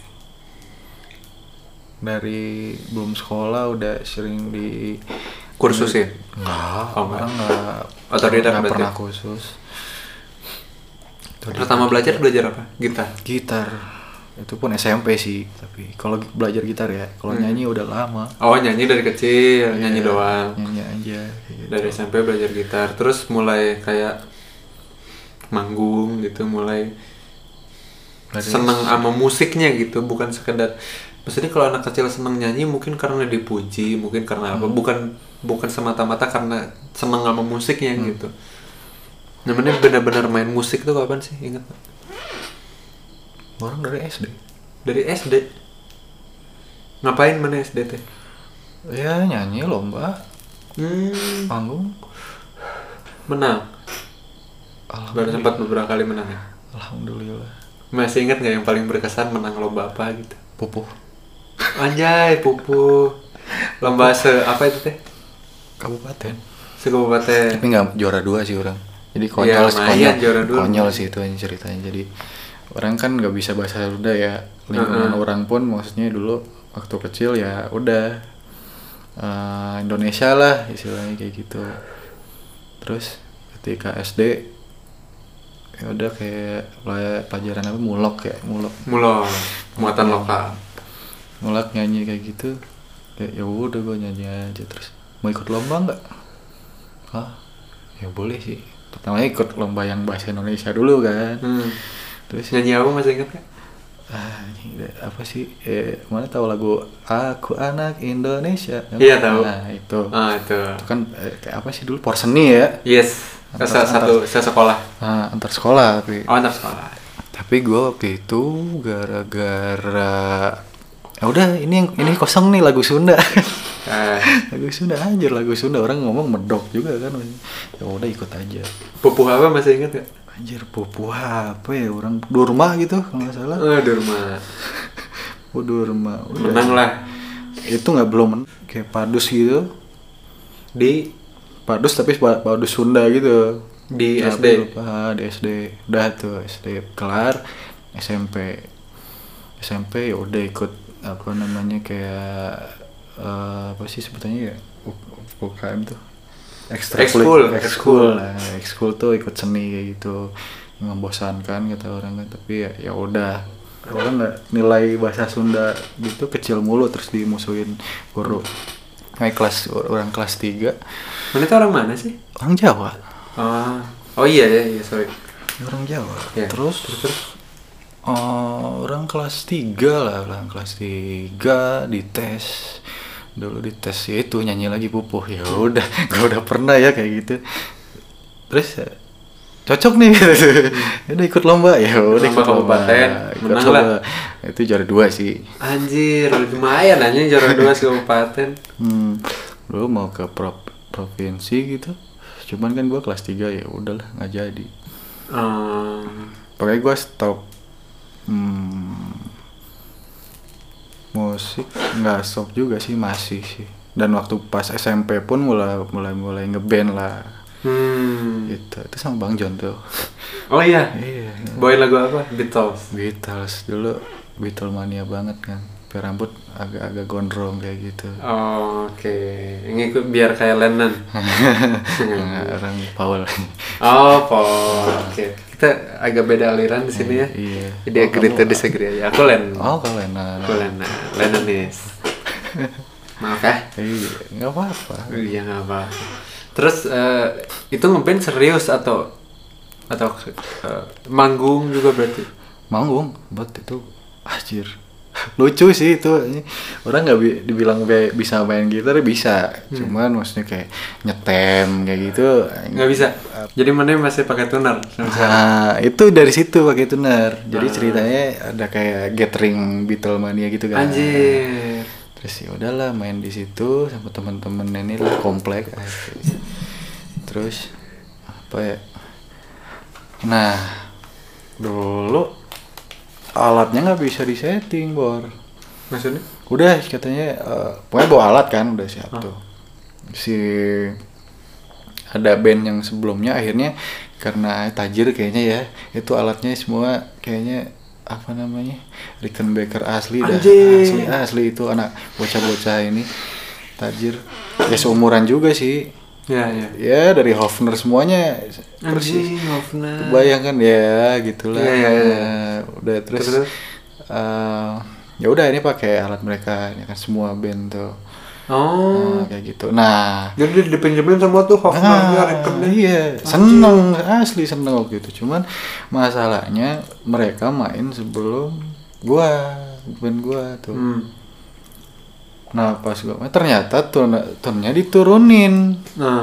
Dari belum sekolah udah sering di Kursusin? Enggak, Oh, enggak. orang enggak. Otodidak enggak berarti? pernah khusus. Otodidak. Pertama belajar belajar apa? Gitar. Gitar. Itu pun S M P sih, tapi kalau belajar gitar ya, kalau Hmm. nyanyi udah lama. Oh, nyanyi dari kecil, nyanyi Iya, doang. Nyanyi aja kayak gitu. Dari S M P belajar gitar, terus mulai kayak manggung gitu, mulai Dari- seneng sama musiknya gitu, bukan sekedar. Maksudnya kalau anak kecil seneng nyanyi mungkin karena dipuji, mungkin karena apa, bukan bukan semata-mata karena seneng sama musiknya gitu. Namanya benar-benar main musik tuh kapan sih, ingat nggak? Orang dari S D. Dari S D. Ngapain mana S D teh? Ya nyanyi lomba, Hmm, panggung. menang. Baru Alhamdulillah. sempat beberapa kali menang ya. Alhamdulillah. Masih ingat nggak yang paling berkesan menang lomba apa gitu? Pupuh. Anjay, pupu. Lomba se apa itu teh? Kabupaten. Sekabupaten. Tapi nggak juara dua sih orang. Jadi Ya, konyol, lumayan konyol, juara dua. konyol sih itu yang ceritanya. Jadi orang kan nggak bisa bahasa Sunda ya. Lingkungan Uh-uh. orang pun maksudnya dulu waktu kecil ya udah eh, Indonesia lah istilahnya kayak gitu. Terus ketika S D ya udah kayak kayak pelajaran apa mulok ya mulok Mulai muatan lokal. mulak nyanyi kayak gitu kayak ya udah gue nyanyi aja. Terus mau ikut lomba nggak? Ah ya boleh sih, pertamanya ikut lomba yang bahasa Indonesia dulu kan. hmm. Terus Nyanyi apa masih inget gak? ah ini apa sih eh mana tahu lagu Aku Anak Indonesia? Iya tahu. Nah itu Ah itu. itu kan eh, kayak apa sih dulu porseni ya. Yes. Antar- Antar, satu antar- sekolah. Nah, antar sekolah tapi Oh antar sekolah. tapi gue waktu itu gara-gara ya udah ini yang ini kosong nih lagu Sunda. Eh, Lagu Sunda anjir, lagu Sunda orang ngomong medok juga kan. Ya udah ikut aja. pupuh apa masih inget gak? Anjir pupuh apa ya orang Durma gitu kalau nggak salah. Oh di rumah. Oh Durma. Udah. Menang lah. Itu nggak belum men- kayak padus gitu. Di Padus tapi pa- padus Sunda gitu. di Tapi S D. lupa, ah, di S D. Udah tuh S D kelar S M P. S M P ya udah ikut apa namanya kayak eh, apa sih sebutannya ya U- U K M tuh ekstra Ekskul, ekskul lah ekskul tuh ikut seni kayak gitu, membosankan kata orang kan. Tapi ya ya udah orang nggak nilai bahasa Sunda gitu kecil mulu terus dimusuhin guru. Kayak kelas orang kelas tiga Mana itu orang mana sih? orang Jawa. Oh, oh iya ya, iya sorry. Orang Jawa. Ya. Terus terus oh, orang kelas tiga lah, orang kelas tiga dites. Dulu dites ya itu nyanyi lagi pupuh. Ya udah, gue udah pernah ya kayak gitu. Terus ya, cocok nih gitu. Ya udah ikut lomba ya, udah Lomba ikut lomba. kabupaten, Ikut menang lomba. lah. Itu juara dua sih. Anjir, lumayan aja juara dua kabupaten. Hmm, dulu mau ke pro- provinsi gitu. Cuman kan gue kelas tiga ya udahlah nggak jadi. Um, Pokoknya gue stop hmm, musik nggak stop juga sih masih sih. Dan waktu pas S M P pun mulai mulai mulai ngeband lah. hmm. Gitu. Itu sama Bang John tuh. Oh iya, Iya. bawain lagu apa? Beatles. Beatles dulu Beatles mania banget kan. Pakai rambut agak-agak gondrong kayak gitu. Oh, oke, ngikut biar kayak Lennon. Nah, orang Paul. Oh, Paul. Oke, kita agak beda aliran di sini ya. Iya. Jadi agree to disagree aja. Aku Len. Oh, kalau Lennon. Aku Lennon. Lennonis. Maaf ya. Iya, nggak apa-apa. Iya nggak apa. Terus eh, itu ngeband serius atau atau eh, manggung juga berarti? Manggung buat itu anjir lucu sih itu. Orang nggak bi- dibilang be- bisa main gitar bisa, cuman maksudnya kayak nyetem kayak gitu Nggak bisa. Jadi mana masih pakai tuner sampai sekarang? nah itu dari situ pakai tuner. Jadi ceritanya ada kayak gathering Beatlemania gitu kan. Anjir. Terus ya udahlah main di situ sama teman-teman ini lah komplek. Terus apa ya, nah dulu alatnya nggak bisa disetting Bor. Maksudnya? Udah katanya eh, pokoknya bawa alat kan udah siap tuh. Si ada band yang sebelumnya akhirnya karena tajir kayaknya ya, itu alatnya semua kayaknya apa namanya Rickenbacker asli dah. Anjing. Asli asli itu anak bocah-bocah ini tajir. Ya seumuran juga sih. Ya ya. Ya dari Hofner semuanya persis. Anjing, Hofner. Bayangkan ya gitulah. Iya, iya, iya. Nah, udah terus, Terus? eh, ya udah ini pakai alat mereka ini kan semua band tuh. Oh. Nah, kayak gitu. Nah, Jadi dipinjemin semua tuh Hofnernya, ah, Rickennya. iya, seneng asli seneng waktu itu. Cuman masalahnya mereka main sebelum gua, band gua tuh. Hmm. Nah pas gua main ternyata tone tonnya diturunin. Nah.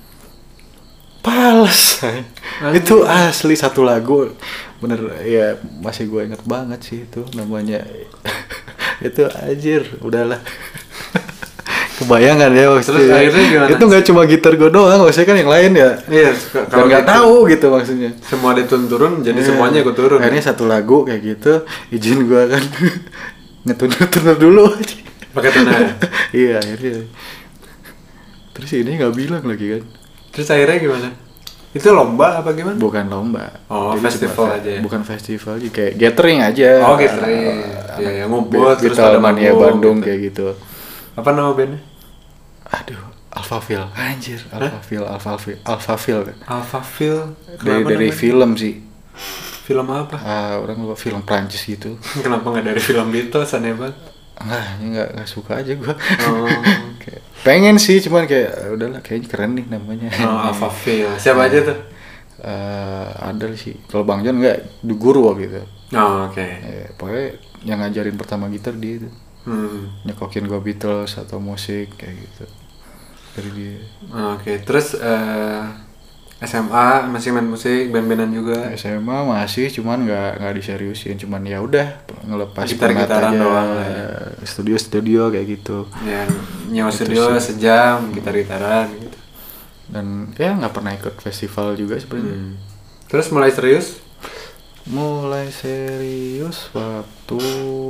Pales. Anjing. Itu asli satu lagu. Bener ya masih gue inget banget sih itu namanya. Itu anjir, udahlah. Kebayangan ya maksudnya. Terus akhirnya gimana? Itu nggak cuma gitar gue doang, maksudnya kan yang lain ya. Iya, Dan kalau nggak gitu, tahu gitu maksudnya. semua ditun turun jadi Iya. semuanya ikut turun. Akhirnya satu lagu kayak gitu, izin gue kan ngetun-ngetun dulu. Pakai tuner. Iya akhirnya. Terus ini nggak bilang lagi kan. Terus akhirnya gimana? Itu lomba apa gimana? Bukan lomba. Oh, Jadi festival cuma fe- aja ya? Bukan festival aja, kayak gathering aja. Oh, gathering. Anak- Iya, ya, anak ngumpul Be- terus pada Beatlemania manggung Bandung gitu. kayak gitu. Apa nama bandnya? Aduh, Alphaville. Anjir, Alphaville, Alphaville, Alphaville kan. Alphaville. Dari Kenapa dari namanya? film sih. Film apa? Ah, orang lupa, film Prancis gitu. Kenapa nggak dari film Beatles, aneh banget. Enggak, ini nggak nggak suka aja gua. Oh. Kayak, pengen sih, cuman kayak "Ah, udahlah kayaknya keren nih namanya." Oh, Alphaville. Siapa aja tuh? Eh, ada sih. Kalau Bang John nggak, du guru waktu itu. Oh, oke. Ya, pokoknya yang ngajarin pertama gitar dia itu. Hmm. Nyekokin gua Beatles atau musik kayak gitu. Dari dia. Oke, terus eh, S M A masih main musik, band-bandan juga. S M A masih, cuman nggak nggak diseriusin, cuman ya udah ngelepas Gitar-gitaran aja, doang lah ya. studio-studio kayak gitu. Ya, nyewa Gitu studio sih. sejam, gitar-gitaran gitu. Dan ya nggak pernah ikut festival juga sebenarnya. Hmm. Terus mulai serius? Mulai serius waktu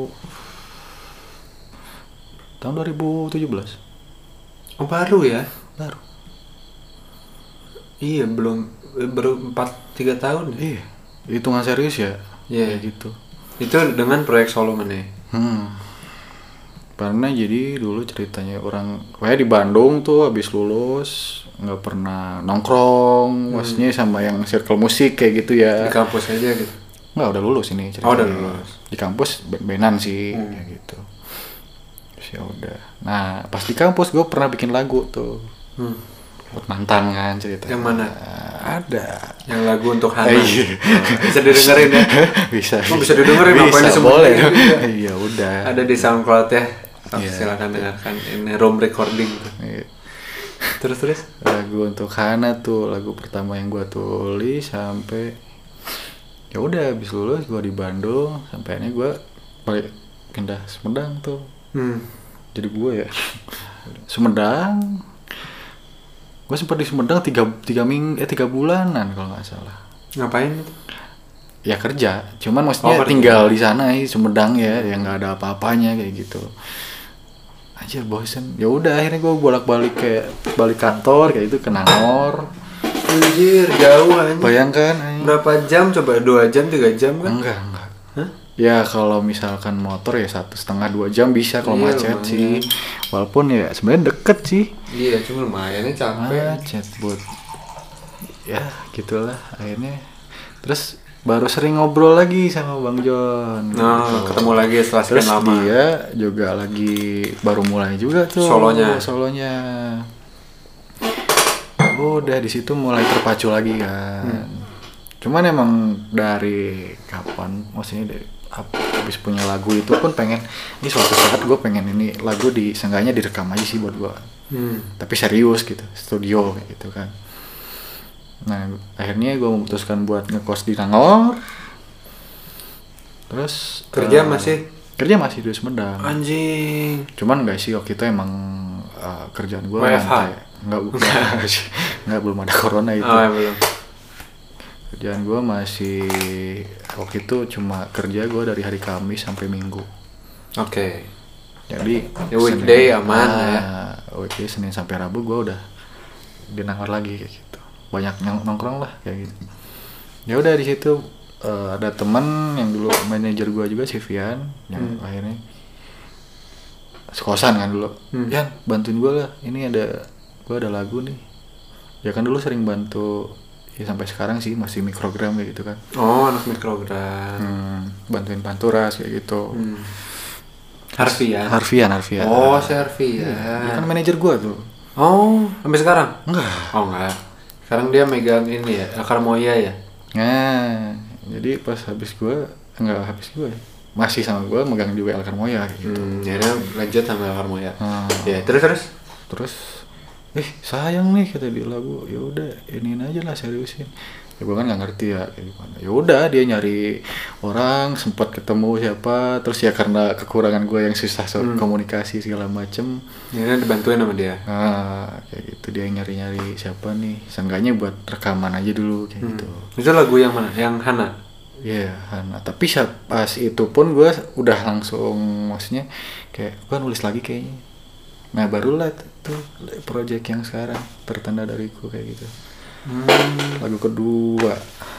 tahun dua ribu tujuh belas. Oh, baru ya? Baru. Iya, belum eh, baru empat tiga tahun ya? Iya, hitungan serius ya. Iya. Kayak gitu. Itu dengan proyek solo mana? Hmm. Karena jadi dulu ceritanya orang kayak di Bandung tuh habis lulus nggak pernah nongkrong, maksudnya sama yang circle musik kayak gitu Di ya. kampus aja gitu. Nggak, udah lulus ini Oh, ceritanya. udah lulus. Di kampus ben-benan sih Hmm. kayak gitu. Terus ya udah. Nah, pas di kampus gue pernah bikin lagu tuh. Hmm. Buat mantan kan ceritanya. Yang mana? Nah, ada. Yang lagu untuk Hana. Eh, iya. Oh, bisa didengerin ya? bisa. Oh, bisa didengerin, apa ini bisa, sebutin boleh. juga. Iya, udah. Ada di SoundCloud ya. Oh, Iya. silakan dengarkan. Ini room recording tuh. Iya. Terus terus. Lagu untuk Hana tuh lagu pertama yang gua tulis sampai ya udah habis lulus gua di Bandung sampai akhirnya gua balik pindah Sumedang tuh. Hmm. Jadi gua ya Sumedang. Gua sempat di Sumedang tiga tiga ming eh tiga bulanan kalau nggak salah. Ngapain itu? Ya kerja, cuman maksudnya Oh, kerja. tinggal di sana ya Sumedang ya, yang nggak ada apa-apanya kayak gitu. Anjir bosen. Ya udah akhirnya gue bolak-balik kayak balik kantor kayak itu ke Nangor. Anjir, jauh anjir. Bayangkan anjing. Berapa jam coba? Dua jam, tiga jam kan? Enggak, enggak. Hah? Ya kalau misalkan motor ya satu setengah dua jam bisa kalau Iya, macet lumayan. sih. Walaupun ya sebenarnya deket sih. Iya, cuma lumayannya capek. Macet buat. Ya gitulah akhirnya. Terus baru sering ngobrol lagi sama Bang John. Nah, gitu. ketemu lagi setelah Terus sekian lama. dia juga lagi baru mulai juga tuh Solonya. Solonya. Udah di situ mulai terpacu lagi kan. Hmm. Cuman emang dari kapan, maksudnya dari ap- habis punya lagu itu pun pengen, ini suatu saat gue pengen ini lagu di seenggaknya direkam aja sih buat gue. Hmm. Tapi serius gitu, studio kayak gitu kan. Nah akhirnya gue memutuskan buat ngekos di Nangor. Terus Kerja eh, masih? kerja masih di Sumedang. Anjing. Cuman enggak sih waktu itu emang eh, kerjaan gue W F H? enggak bukan enggak belum ada corona itu. Oh, ya belum. Kerjaan gue masih waktu itu cuma kerja gue dari hari Kamis sampai Minggu. Oke. Jadi Ya, weekday aman ya. Weekday Senin sampai Rabu gue udah di Nangor lagi kayak gitu. Banyak nyong- nongkrong lah kayak gitu. Ya udah di situ eh, ada teman yang dulu manajer gue juga si Vian yang Hmm. akhirnya sekosan kan dulu. Hmm. Yan bantuin gue lah. Ini ada gue ada lagu nih. Ya kan dulu sering bantu ya sampai sekarang sih masih mikrogram kayak gitu kan. Oh, anak mikrogram. Hmm, bantuin Panturas kayak gitu. Hmm. Harfian. Harfian, Harfian. Oh, si Harfian. Dia kan manajer gua tuh. Oh, sampai sekarang? Enggak. Oh, enggak. Sekarang dia megang ini ya, Akar Moya ya? Nah, jadi pas habis gua enggak habis gua ya. Masih sama gua megang juga Elkar Moya kayak gitu. Hmm, jadi lanjut sama Akar Moya. Hmm. Ya, terus terus. Terus eh sayang nih kata dia lagu. Ya udah, iniin aja lah seriusin. Ya gua kan nggak ngerti ya kayak gimana. Ya udah dia nyari orang, sempat ketemu siapa, terus ya karena kekurangan gua yang susah so- Hmm. komunikasi segala macem. Ya, dibantuin sama dia. Nah, kayak gitu dia nyari-nyari siapa nih. Seenggaknya buat rekaman aja dulu kayak Hmm. gitu. Itu lagu yang mana? Yang Hana? Iya, Hana. Tapi saat pas itu pun gue udah langsung, maksudnya kayak gue nulis lagi kayaknya. Nah barulah tuh project yang sekarang Tertanda Dariku kayak gitu. Hmm. Lagu kedua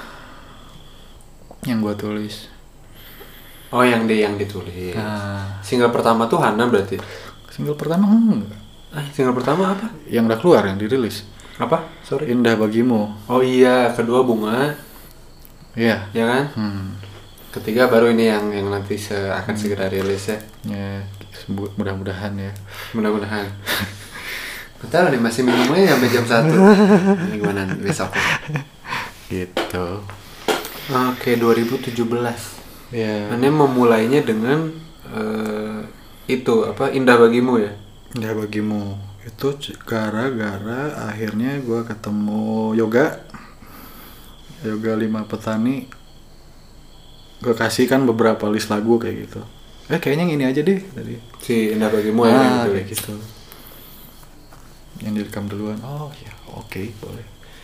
yang gue tulis. Oh, yang dia yang ditulis. Nah, Single pertama tuh Hana berarti? single pertama enggak. Ah, single pertama apa? Yang udah keluar yang dirilis. Apa? Sorry. Indah Bagimu. Oh iya, kedua Bunga. Iya. ya kan? Hmm. Ketiga baru ini yang yang nanti se akan segera rilis ya. Ya, sembu- mudah-mudahan ya. Mudah-mudahan. Betul nih masih minumnya sampai jam satu. Ini gimana nih besok? Gitu. Oke, dua ribu tujuh belas. Ya. Ini memulainya dengan uh, itu apa Indah Bagimu ya? Ya bagimu itu c- gara-gara akhirnya gue ketemu Yoga Yoga Lima Petani, gue kasih kan beberapa list lagu kayak gitu. Eh kayaknya yang ini aja deh tadi. Si Indah Bagimu Ah, ya gitu. kayak gitu. Yang direkam duluan. Oh ya, oke boleh.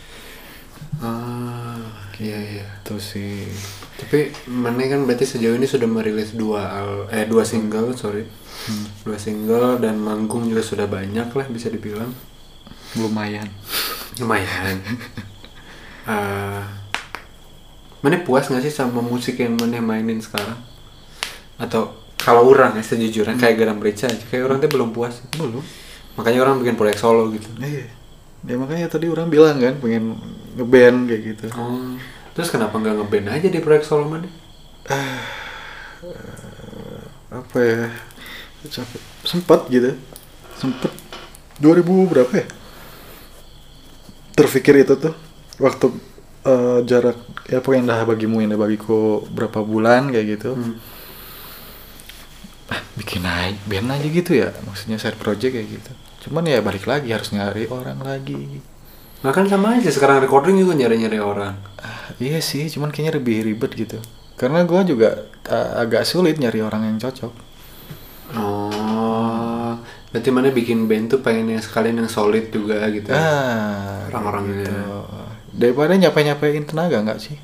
Ah, iya iya. Itu sih. Tapi mana kan berarti sejauh ini sudah merilis dua al- eh dua single, sorry. Hmm, Dua single dan manggung juga sudah banyak lah bisa dibilang. lumayan. Lumayan. uh, Mana puas nggak sih sama musik yang mana mainin sekarang? Atau kalau orang ya sejujurnya kayak Garam Merica aja, kayak orang tuh belum puas. Belum. Makanya orang bikin proyek solo gitu. Iya. Ya makanya tadi orang bilang kan pengen ngeband kayak gitu. Oh, terus kenapa nggak ngeband aja di proyek solo mana? Apa ya? Capek. Sempet gitu. Sempet dua ribu berapa ya? Terpikir itu tuh waktu eh, jarak ya pokoknya dah bagimu yang dah bagiku berapa bulan kayak gitu. Hmm. Ah, bikin aja band aja gitu ya, maksudnya side project kayak gitu. Cuman ya balik lagi harus nyari orang lagi. Nah kan sama aja sekarang recording juga nyari-nyari orang. Ah, iya sih, cuman kayaknya lebih ribet gitu. Karena gua juga ah, agak sulit nyari orang yang cocok. Oh, berarti mana bikin band tuh pengen yang sekalian yang solid juga gitu. Ah, Orang-orangnya. gitu. Daripada nyapain-nyapain tenaga nggak sih?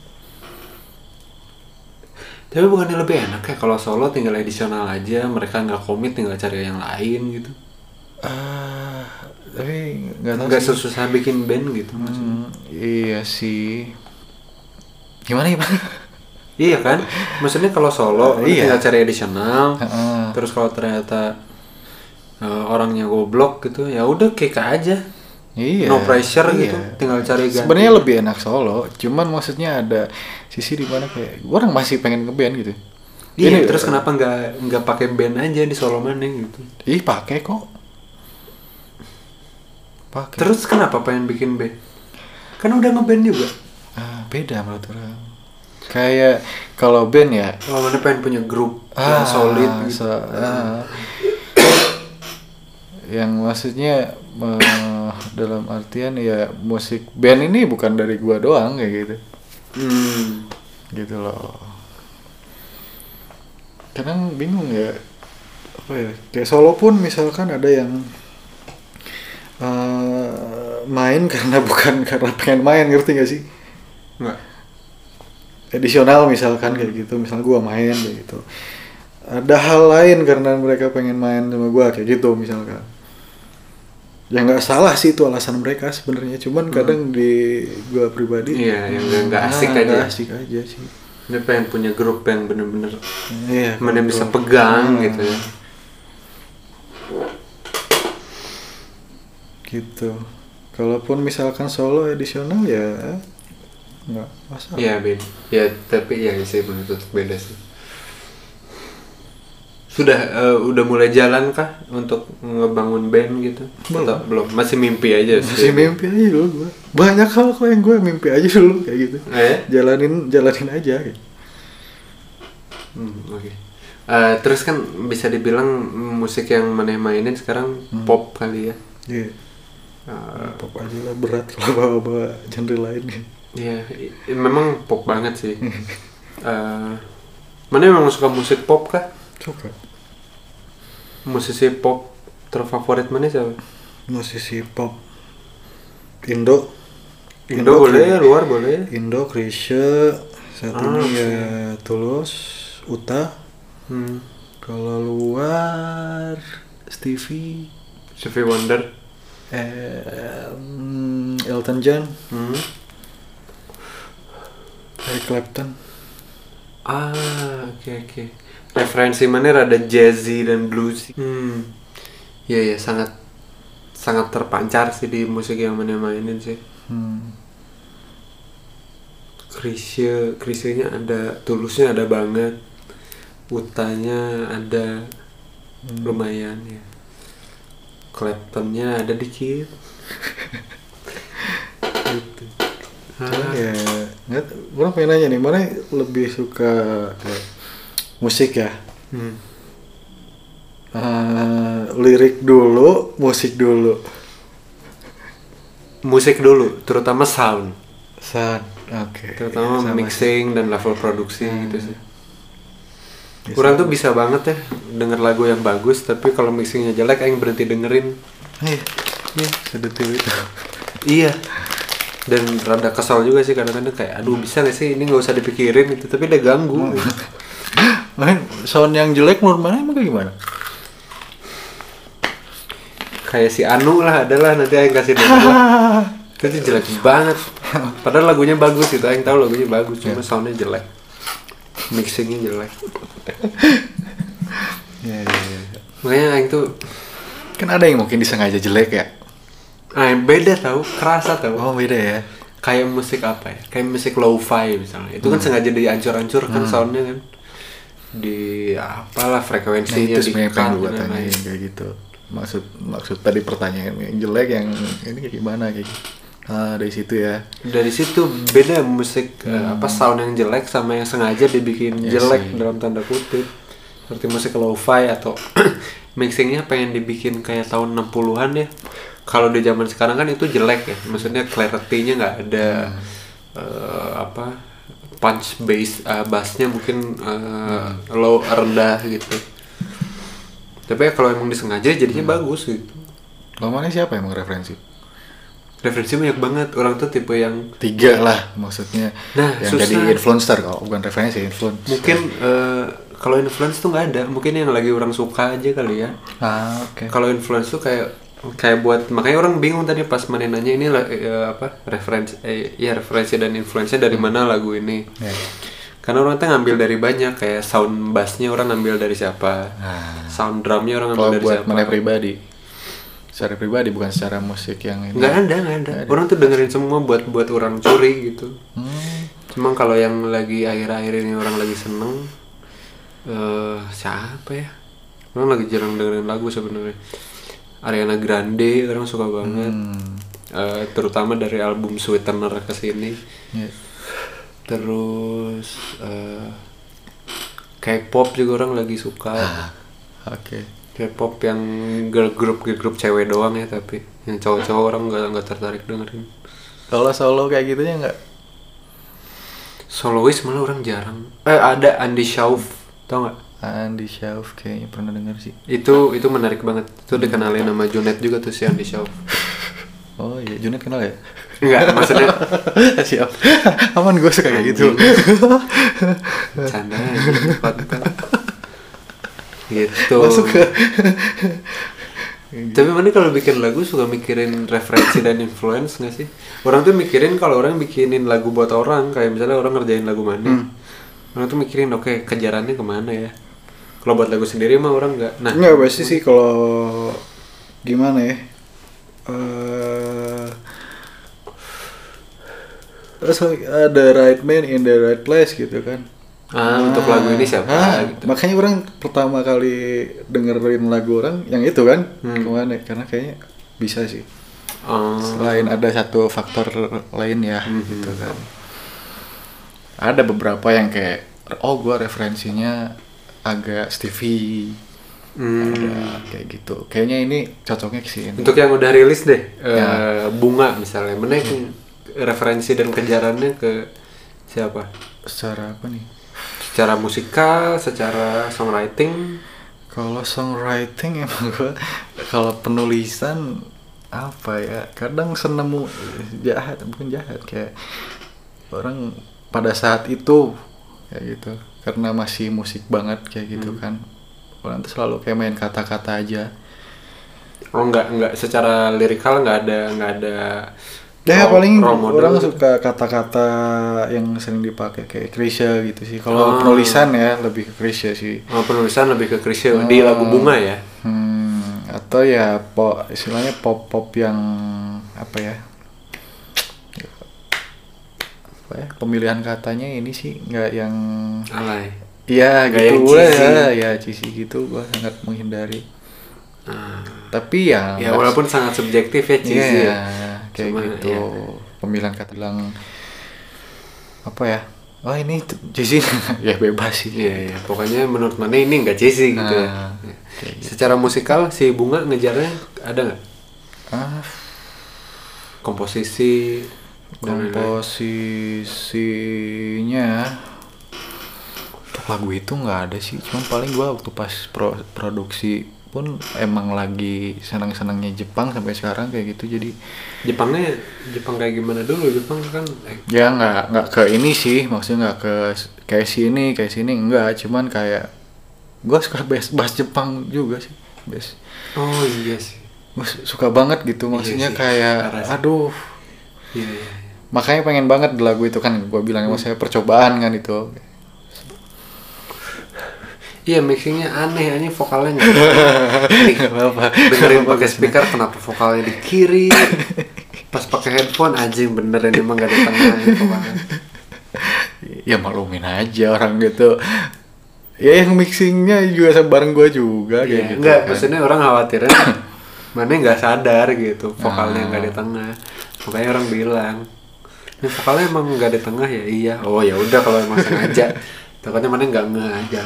Tapi bukannya lebih enak ya kalau solo tinggal edisional aja, mereka nggak komit tinggal cari yang lain gitu. Ah, tapi nggak tahu Nggak sih. sesusah bikin band gitu maksudnya. Hmm, iya sih. Gimana gimana? Iya kan? Maksudnya kalau solo Uh, lu iya. tinggal cari edisional. Heeh. Terus kalau ternyata uh, orangnya goblok gitu, ya udah kick aja. Iya. No pressure iya. gitu, tinggal cari ganti. Sebenarnya lebih enak solo, cuman maksudnya ada sisi di mana kayak orang masih pengen ngeband gitu. Iya, Ini, terus eh, kenapa nggak nggak pakai band aja di solo mana gitu? Ih, pakai kok. Pakai. Terus kenapa pengen bikin band? Kan udah ngeband juga. Ah, beda menurut orang. Kayak kalau band ya, Kalau mana pengen punya grup ah, yang solid gitu. so- ah. yang maksudnya eh, dalam artian ya musik band ini bukan dari gua doang kayak gitu. Hmm. Gitu loh. Kadang bingung ya, apa ya, kayak solo pun misalkan ada yang eh, main karena bukan karena pengen main, ngerti gak sih? Nggak. Edisional misalkan kayak gitu, misalnya gua main kayak gitu, ada hal lain karena mereka pengen main sama gua kayak gitu misalkan. Ya nggak salah sih itu alasan mereka sebenarnya, cuman kadang di gua pribadi Iya, yang nggak- nggak asik ah, aja. nggak asik aja sih. Dia pengen punya grup yang bener-bener Iya, mana betul. bisa pegang Hmm, gitu ya. gitu. Kalaupun misalkan solo edisional ya nggak masalah. Iya beda. Ya tapi ya sih bener tetap beda sih. Sudah eh, udah mulai jalan kah untuk ngebangun band gitu? Belum. Atau belum? Masih mimpi aja Masih sih. mimpi aja dulu gua. Banyak hal kok yang gue mimpi aja dulu kayak gitu. Eh? Jalanin jalanin aja. Gitu. Hmm, oke. Eh, terus kan bisa dibilang musik yang mana mainin sekarang Hmm. pop kali ya. Iya. Eh, Pop aja lah, berat kalau bawa-bawa genre lain kan. Iya, i- memang pop banget sih. Eh, mana memang suka musik pop kah? Suka. Musisi pop terfavorit mana siapa? Musisi pop Indo. Indo boleh, luar boleh. Indo, Krisye, saat Ah, ini oke. ya Tulus, Uta. Hmm. Kalau luar Stevie, Stevie Wonder. eh, mm, Elton John, Hmm. Eric Clapton. Ah, oke oke. Referensi mana rada jazzy dan bluesy. Hmm. Iya ya, sangat sangat terpancar sih di musik yang mana mainin sih. Hmm. Chrisye, Chrisye-nya ada, Tulusnya ada banget, Utanya ada hmm. lumayan ya, Claptonnya ada dikit. Gitu. Cuman ya, nggak, orang pengen nanya nih, mana lebih suka kayak musik ya? Hmm. Uh, lirik dulu, musik dulu. Musik dulu, terutama sound. Sound, oke. Okay. Terutama ya, mixing sih. Dan level produksi hmm. gitu sih. Kurang tuh bisa banget ya denger lagu yang bagus, tapi kalau mixingnya jelek, aing berhenti dengerin. Iya, iya, sedetil itu. Iya. Dan rada kesal juga sih kadang-kadang kayak, aduh bisa nggak sih ini nggak usah dipikirin itu, tapi udah ganggu. Main sound yang jelek menurut mana emang kayak gimana? Kayak si Anu lah, adalah nanti aing kasih denger. Itu jelek banget. Padahal lagunya bagus itu, aing tahu lagunya bagus, cuma yeah. soundnya jelek. Mixingnya jelek. Ya, ya, ya. Makanya aing tuh kan ada yang mungkin disengaja jelek ya. Ah, beda tau, kerasa tau. Oh beda ya. Kayak musik apa ya? Kayak musik lo-fi misalnya. Itu hmm. kan sengaja diancur-ancur kan hmm. soundnya kan. Di apalah frekuensinya nah, itu di kan gue tanyain kayak gitu. Maksud maksud tadi pertanyaan yang jelek yang ini kayak gimana kayak gitu. Ah, dari situ ya. Dari situ beda musik hmm. uh, apa sound yang jelek sama yang sengaja dibikin ya jelek sih. Dalam tanda kutip. Seperti musik lo-fi atau mixingnya pengen dibikin kayak tahun enam puluhan ya. Kalau di zaman sekarang kan itu jelek ya. Maksudnya clarity-nya nggak ada hmm. uh, apa punch bass uh, bassnya mungkin uh, hmm. low rendah gitu. Tapi ya kalau emang disengaja jadinya hmm. bagus gitu. Kalau mana siapa emang referensi? Referensi banyak banget, orang tuh tipe yang tiga lah maksudnya. Nah, yang susah. Jadi influencer kalau bukan referensi influence. Mungkin uh, kalau influence tuh nggak ada, mungkin yang lagi orang suka aja kali ya. Ah oke. Okay. Kalau influence tuh kayak kayak buat, makanya orang bingung tadi pas mana nanya ini uh, apa referensi, eh, ya referensi dan influence dari hmm. mana lagu ini. Yeah. Karena orang tuh ngambil dari banyak, kayak sound bassnya orang ngambil dari siapa, ah. sound drumnya orang ngambil dari buat siapa. Kalau buat mana pribadi? Secara pribadi bukan secara musik yang ini. Nggak ada, nggak ada. Orang tuh dengerin semua buat buat orang curi gitu. Hmm. Cuma kalau yang lagi akhir-akhir ini orang lagi seneng, uh, siapa ya? Orang lagi jarang dengerin lagu sebenarnya. Ariana Grande orang suka banget. Hmm. Uh, terutama dari album Sweetener ke sini. Yeah. Terus uh, K-pop juga orang lagi suka. Ah, Oke. Okay. K-pop yang girl group girl group cewek doang ya, tapi yang cowok-cowok orang nggak nggak tertarik dengerin. Kalau solo kayak gitunya nggak? Solois malah orang jarang. Eh ada Andy Shauf, tau nggak? Andy Shauf kayaknya pernah denger sih. Itu itu menarik banget. Itu dikenalin sama Junet juga tuh si Andy Shauf. Oh iya, Junet kenal ya? Enggak, maksudnya siap. Aman, gue suka kayak gitu. Canda gitu. Gitu. Masuk ke. Tapi mana kalau bikin lagu suka mikirin referensi dan influence nggak sih? Orang tuh mikirin kalau orang bikinin lagu buat orang, kayak misalnya orang ngerjain lagu mana, hmm. orang tuh mikirin oke okay, kejarannya kemana ya. Kalau buat lagu sendiri mah orang nggak. Nah, nggak pasti sih kalau gimana ya. Uh, So, ada right man in the right place gitu kan. Ah, nah, untuk lagu ini siapa ah, gitu. Makanya orang pertama kali dengerin lagu orang yang itu kan, hmm. kemana? Karena kayaknya bisa sih. Oh. Selain ada satu faktor lain ya, hmm. gitu kan. Ada beberapa yang kayak, oh gua referensinya agak Stevie. Hmm. Ada kayak gitu. Kayaknya ini cocoknya sih. Untuk yang udah rilis deh, ya. uh, Bunga misalnya, mana hmm. referensi dan kejarannya ke siapa? Secara apa nih? Secara musikal, secara songwriting. Kalau songwriting emang gue, kalau penulisan apa ya? Kadang senemu jahat, bukan jahat kayak orang pada saat itu kayak gitu. Karena masih musik banget kayak gitu hmm. kan. Orang tuh selalu kayak main kata-kata aja. Oh enggak enggak secara lirikal enggak ada enggak ada. Ya oh, paling orang gitu. Suka kata-kata yang sering dipakai kayak Krisya gitu sih. Kalau oh. penulisan ya lebih ke Krisya sih. Oh, penulisan lebih ke Krisya oh. di lagu Bunga ya. Hmm, atau ya pop istilahnya pop-pop yang apa ya? apa ya pemilihan katanya ini sih nggak yang alay. Iya Nggak gitu yang lah cheesy. ya, ya cheesy gitu gue sangat menghindari. Ah. Tapi ya, Ya nggak- walaupun sangat subjektif ya cheesy. iya, ya. kayak Cuma, gitu. ya. Pemilihan kata bilang apa ya? Oh ini tuh cheesy, ya bebas sih. Iya, iya. Pokoknya menurut mana ini nggak cheesy gitu ya. Nah, kayak gitu. Secara musikal si Bunga ngejarnya ada nggak? Ah, Komposisi dan lain-lain. komposisinya untuk lagu itu nggak ada sih. Cuma paling gua waktu pas pro- produksi pun emang lagi senang-senangnya Jepang sampai sekarang kayak gitu jadi Jepangnya Jepang kayak gimana dulu? Jepang kan eh, ya nggak nggak ke ini sih maksudnya nggak ke kayak sini kayak sini enggak cuman kayak gue suka bass bass Jepang juga sih bass oh iya sih. gue suka banget gitu maksudnya sih, kayak parah sih. aduh Iya, iya. makanya pengen banget di lagu itu kan gue bilang Hmm. maksudnya percobaan kan itu Iya mixingnya aneh, aneh vokalnya nggak. Nih, apa dengerin pakai speaker kenapa vokalnya di kiri, pas pakai headphone anjing bener ini emang gak di tengah ini vokalnya. ya maklumin aja orang gitu ya yang mixingnya juga bareng gue juga kayak Iya, gitu enggak, kan. maksudnya orang khawatirnya mana nggak sadar gitu vokalnya Ah. nggak di tengah, makanya orang bilang ini vokalnya emang nggak di tengah ya iya, oh ya udah kalau emang sengaja, takutnya mana nggak nge aja.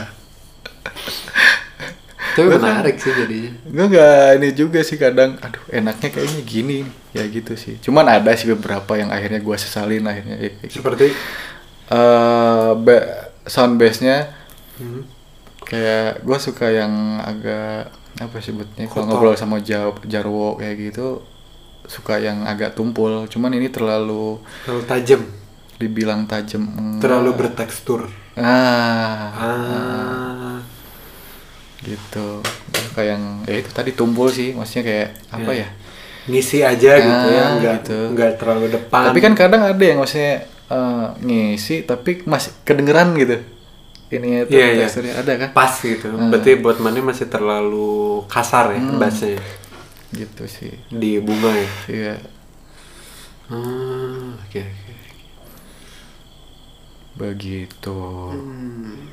Tapi menarik sih jadinya. Gue nggak ini juga sih kadang aduh enaknya kayaknya gini ya gitu sih cuman ada sih beberapa yang akhirnya gue sesalin akhirnya eh, kayak gitu. Seperti Eh, ba- sound bassnya hmm, kayak gue suka yang agak apa sih sebutnya kalau Kotor. ngobrol sama Jaw- Jarwo kayak gitu suka yang agak tumpul cuman ini terlalu terlalu tajam, dibilang tajam enggak. terlalu bertekstur. ah, Ah, gitu kayak yang ya itu tadi tumpul sih maksudnya kayak apa Ya. ya ngisi aja gitu ya, Ah, nggak gitu. nggak terlalu depan. tapi kan kadang ada yang maksudnya eh, ngisi tapi masih kedengeran gitu ini itu Iya, iya. teksturnya ada kan pas gitu. Hmm. Berarti buat mana masih terlalu kasar ya Hmm. bassnya gitu sih di Bunga ya. iya Ah, oke oke. begitu Hmm.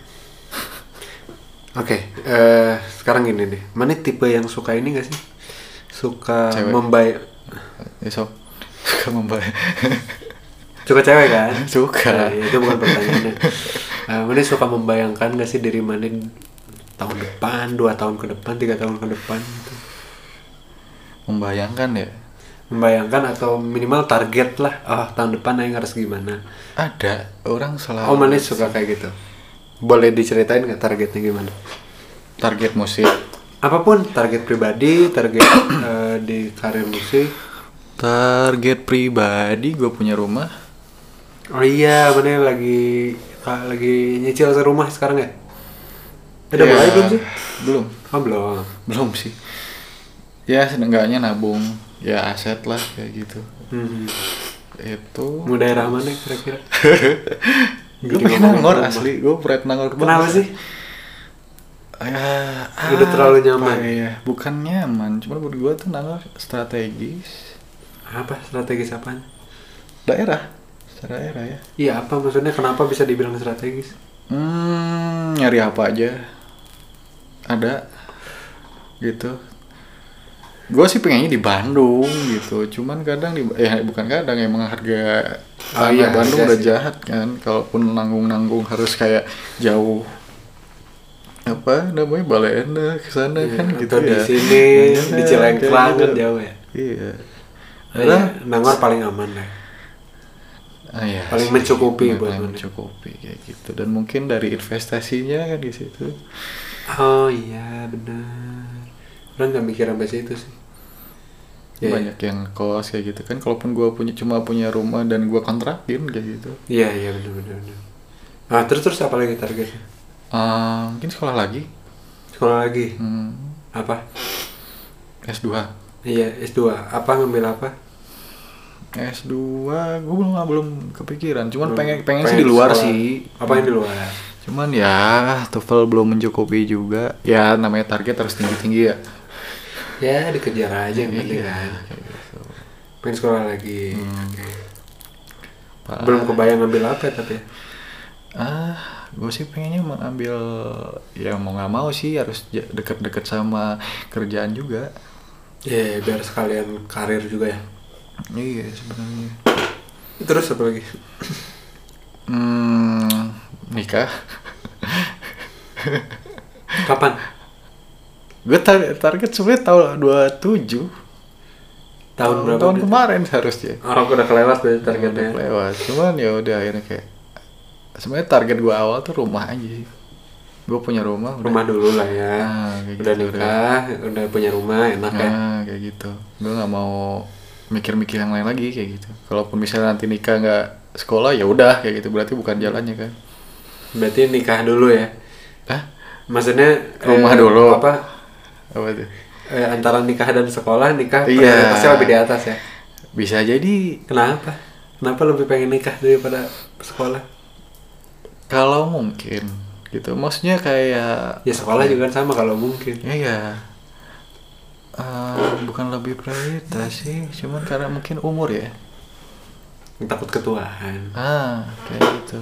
Oke, eh, sekarang gini deh. Mana tipe yang suka ini gak sih? Suka Cewek. membayang. ya sok suka membayar Suka cewek kan? Suka. Nah, itu bukan pertanyaannya. Eh, mana suka membayangkan gak sih diri mana tahun depan, dua tahun ke depan, tiga tahun ke depan gitu? membayangkan ya Membayangkan atau minimal target lah. Ah, tahun depan Aing harus gimana? ada orang selalu Oh, mana suka kayak gitu? Boleh diceritain nggak targetnya gimana? target musik Apapun, target pribadi, target eh, di karir musik. target pribadi gue punya rumah Oh iya, mana lagi ah, lagi nyicil rumah sekarang ya? Udah Ya, mulai belum sih? belum Oh belum. belum sih ya seenggaknya nabung ya aset lah kayak gitu Hmm. itu Mau daerah mana kira-kira? gue Jadi pengen ngomongin nangor rumah. asli gue pengen nangor Kenapa banget. sih? Ya, Udah terlalu nyaman. apa ya bukan nyaman cuma buat gue tuh nangor strategis Apa strategis apaan? daerah secara daerah ya Iya apa maksudnya kenapa bisa dibilang strategis? hmm, nyari apa aja ada gitu gue sih pengennya di Bandung gitu cuman kadang di eh bukan kadang emang harga Oh tanah iya, Bandung harga udah sih. jahat kan kalaupun nanggung-nanggung harus kayak jauh apa namanya Bale Endah ke sana Iya, kan gitu atau di ya sini, Iya, di Cilengkrang kayak kan gitu. jauh ya. iya Ah, iya, Nangor paling aman lah. Ah, iya Paling sih. mencukupi Paling buat mana. mencukupi kayak gitu dan mungkin dari investasinya kan di situ Oh iya benar. Orang nggak mikir sampai situ sih. Iya, banyak yang kos kayak gitu kan kalaupun gua punya cuma punya rumah dan gua kontrakin kayak gitu Iya iya benar benar benar. Nah terus terus apa lagi targetnya? Eh, mungkin sekolah lagi Sekolah lagi. hmm, Apa? S dua Iya S dua. Apa ngambil apa? S dua gua belum belum kepikiran cuman Belum. pengen pengen, sih di luar sekolah. sih Apa yang di luar? cuman ya TOEFL belum mencukupi juga ya namanya target harus tinggi-tinggi ya Ya dikejar aja yang penting Iya, kan. kayak gitu. Pengen sekolah lagi. Hmm. Oke. Parah. Belum kebayang ngambil apa ya, tapi Ah, gue sih pengennya mengambil, ya mau nggak mau sih harus j- deket-deket sama kerjaan juga. ya yeah, biar sekalian karir juga ya. Iya sebenarnya. Terus apa lagi? Hmm, nikah. Kapan? Gue tar- target sebenarnya tahun dua puluh tujuh. Tahun berapa? Tahun berarti? kemarin seharusnya. Orang udah kelewat berarti targetnya. Udah lewat. Cuman ya udah akhirnya kayak sebenarnya target gue awal tuh rumah aja sih. Gue punya rumah. Udah. Rumah dulu lah ya. Nah, kayak udah gitu, nikah, udah. udah punya rumah, enak ya. Nah kayak gitu. Gue nggak mau mikir-mikir yang lain lagi kayak gitu. Kalaupun misalnya nanti nikah nggak sekolah ya udah kayak gitu. Berarti bukan jalannya kan. Berarti nikah dulu ya. Hah? Maksudnya Rumah eh, dulu. Apa? Apa tuh? Eh, antara nikah dan sekolah, nikah Iya. prioritasnya lebih di atas ya. Bisa jadi Kenapa? Kenapa lebih pengen nikah daripada sekolah? kalau mungkin gitu. Maksudnya kayak Ya sekolah juga kan sama kalau mungkin. ya ya Eh, bukan lebih prioritas sih, cuman karena mungkin umur ya. Takut ketuaan. Ah, kayak gitu.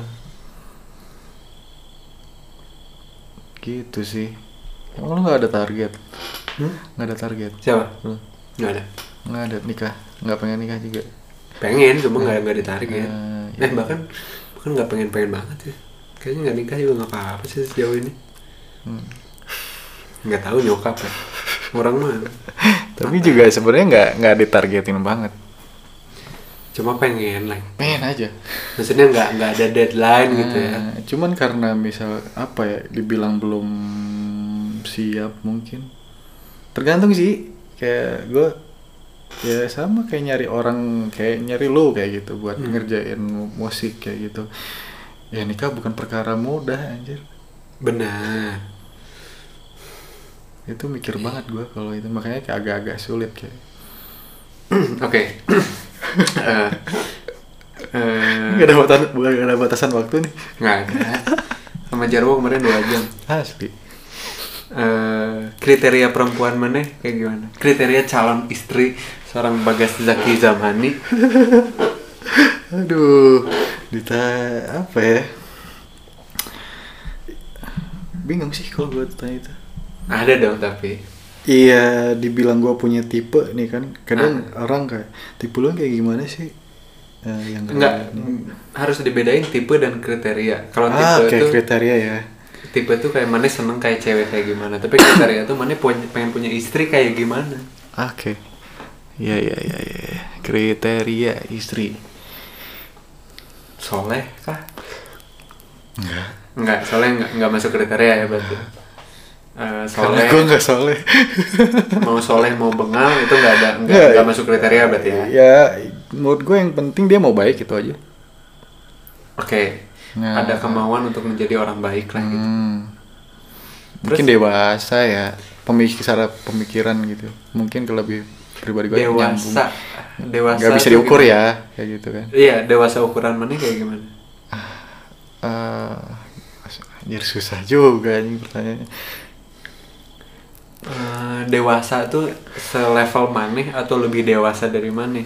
Gitu sih. Emang lu nggak ada target? Hmm? Nggak ada target? Siapa? Lu Nggak ada. nggak ada nikah? Nggak pengen nikah juga? Pengen, cuma nggak nggak ditarik ya. Ah, Eh bahkan bahkan nggak pengen pengen banget ya. Kayaknya nggak nikah juga nggak apa-apa sih sejauh ini. Hmm. Nggak tahu nyokap ya. Orang mah. Tapi juga sebenarnya nggak nggak ditargetin banget. Cuma pengen lah. Pengen aja. Maksudnya nggak nggak ada deadline gitu ya. Nah, cuman karena misal apa ya, dibilang belum siap mungkin. Tergantung sih. Kayak gue ya sama kayak nyari orang, kayak nyari lu kayak gitu buat Hmm. ngerjain musik kayak gitu. Ya nikah bukan perkara mudah anjir. Benar. Itu mikir banget gue kalau itu, makanya kayak agak-agak sulit kayak. Oke. Eh, eh, Gak ada batasan, bukan gak ada batasan waktu nih. nggak ada. Sama Jarwo kemarin dua jam. Asli. Eh, kriteria perempuan mana kayak gimana? Kriteria calon istri seorang Bagas Zaki Zamani. Aduh, Dita apa ya? Bingung sih kalau gue tanya itu. Ada dong tapi. Iya, dibilang gue punya tipe nih kan. Kadang orang kayak tipe lu kayak gimana sih? Eh, yang Enggak, ini. harus dibedain tipe dan kriteria. Kalau Ah, tipe kayak itu kriteria ya. tipe itu kayak mana seneng kayak cewek kayak gimana. Tapi kriteria itu mana punya, pengen punya istri kayak gimana. Oke. Iya, iya, iya, iya. Kriteria istri. Soleh kah? Enggak. Enggak, soleh enggak, enggak masuk kriteria ya berarti. Eh, soleh, Karena gue nggak soleh. mau soleh mau bengal itu enggak ada, enggak, Nggak. enggak masuk kriteria berarti ya. Ya, menurut gue yang penting dia mau baik itu aja. Oke. Nah. Ada kemauan untuk menjadi orang baik lah gitu. Hmm. Mungkin dewasa ya, pemikir secara pemikiran gitu. Mungkin ke lebih pribadi gue nyambung. Dewasa. Dewasa. Gak bisa tuh diukur gimana? ya, kayak gitu kan. Iya, dewasa ukuran mana kayak gimana? Eh, anjir susah juga ini pertanyaannya. Eh, dewasa tuh selevel maneh atau lebih dewasa dari maneh?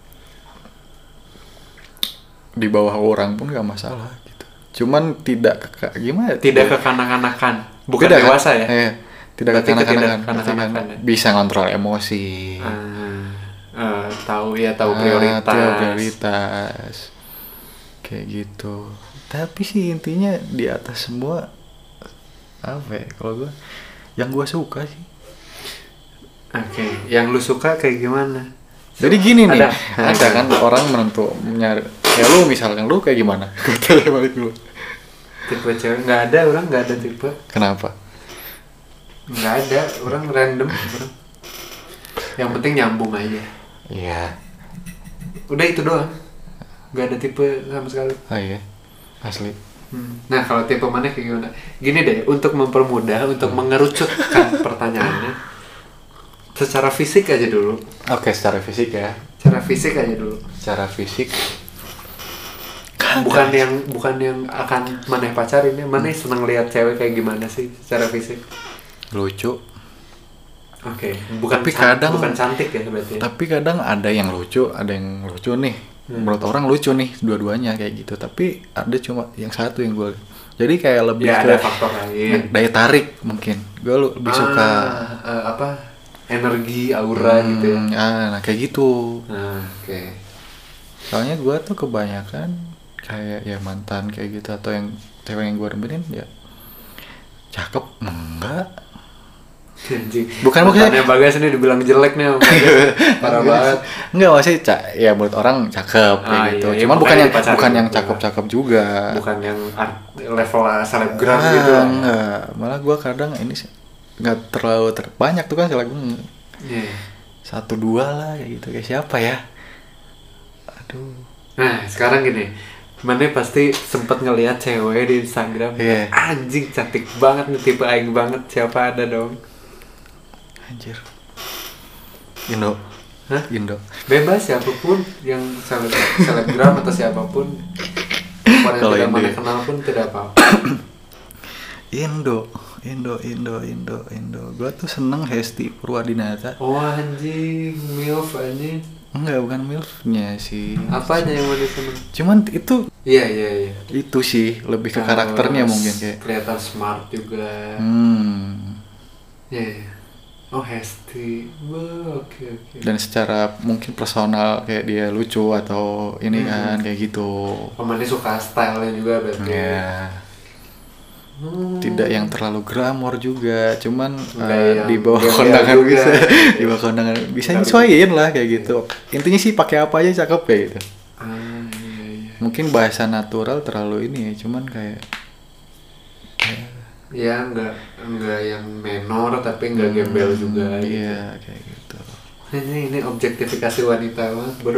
Di bawah orang pun gak masalah gitu. Cuman tidak ke, gimana? Tidak kekanak-kanakan, bukan Tidak, dewasa kan? ya? Eh, tidak Berarti kekanak-kanakan. ketidakkekanak-kanakan Berarti kan ya? bisa ngontrol emosi. Ah, eh, tahu ya tahu Ah, prioritas. tahu prioritas. Kayak gitu. Tapi sih intinya di atas semua apa ya? Kalau gue, yang gue suka sih. Oke, yang lu suka kayak gimana? Jadi gini nih, Ada. ada kan orang menentu nyari. Ya lu misalkan lu kayak gimana? Gue tanya balik dulu. Tipe cewek nggak ada, orang nggak ada tipe. Kenapa? Nggak ada, orang random. Orang. Yang penting nyambung aja. Iya. Udah itu doang. Nggak ada tipe sama sekali. Oh iya, asli. Hmm. Nah kalau tipe mana kayak gimana? Gini deh, untuk mempermudah, untuk mengerucutkan pertanyaannya, secara fisik aja dulu. Oke, secara fisik ya. Secara fisik aja dulu. Secara fisik. Bukan yang bukan yang akan maneh pacarin ya. Maneh seneng lihat cewek kayak gimana sih secara fisik? Lucu. Oke, bukan Tapi can- kadang- bukan cantik ya berarti. Ya? Tapi kadang ada yang lucu, ada yang lucu nih. hmm. menurut orang lucu nih dua-duanya kayak gitu, tapi ada cuma yang satu yang gue jadi kayak lebih ya, ke ada faktor lain, daya tarik mungkin gue lebih ah, suka uh, apa energi aura hmm, gitu ya. Ah, nah kayak gitu. Nah, oke. Okay. Soalnya gue tuh kebanyakan kayak ya mantan kayak gitu atau yang cewek yang gue demenin ya cakep enggak. Anjing. Bukan maksudnya Bagas ini dibilang jelek nih, parah banget. Enggak maksudnya ca- ya menurut orang cakep kayak ah, gitu. Iya, Cuma iya, bukan yang dipacarin bukan yang juga. cakep-cakep juga. Bukan yang art, level selebgram ah, gitu lah. Enggak, malah gue kadang ini sih nggak terlalu ter- banyak tuh kan selebgram. Yeah. Satu dua lah kayak gitu, kayak siapa ya? Aduh. Nah sekarang gini, Mana pasti sempet ngelihat cewek di Instagram. Yeah. Anjing cantik banget nih, tipe aing banget. Siapa ada dong? Anjir. Indo. Hah? Indo. Bebas siapapun yang seleb selebgram atau siapapun. Orang yang tidak mana kenal pun tidak apa-apa. Indo, Indo, Indo, Indo, Indo. Gua tuh seneng Hesti Purwadinata. Oh anjing, milf anjing. Enggak, bukan milfnya sih. Apanya yang mana seneng? Cuman itu. Iya iya iya. Itu sih lebih ke karakternya mungkin kayak. Kelihatan smart juga. Hmm. Iya. Yeah. Oh Hesti, oh, oke okay, oke. Okay. Dan secara mungkin personal kayak dia lucu atau ini hmm. kan kayak gitu. Pemainnya suka stylenya juga berarti. Ya. Hmm. Tidak yang terlalu glamor juga, cuman uh, di bawah kondangan bisa, di bawah kondangan bisa nyesuaiin lah kayak gitu. Intinya sih pakai apa aja cakep kayak gitu. Ah, iya, iya. Mungkin bahasa natural terlalu ini ya, cuman kayak. Ya enggak enggak yang menor tapi enggak gembel hmm, juga. Iya gitu. kayak gitu. Ini ini objektifikasi wanita banget bro.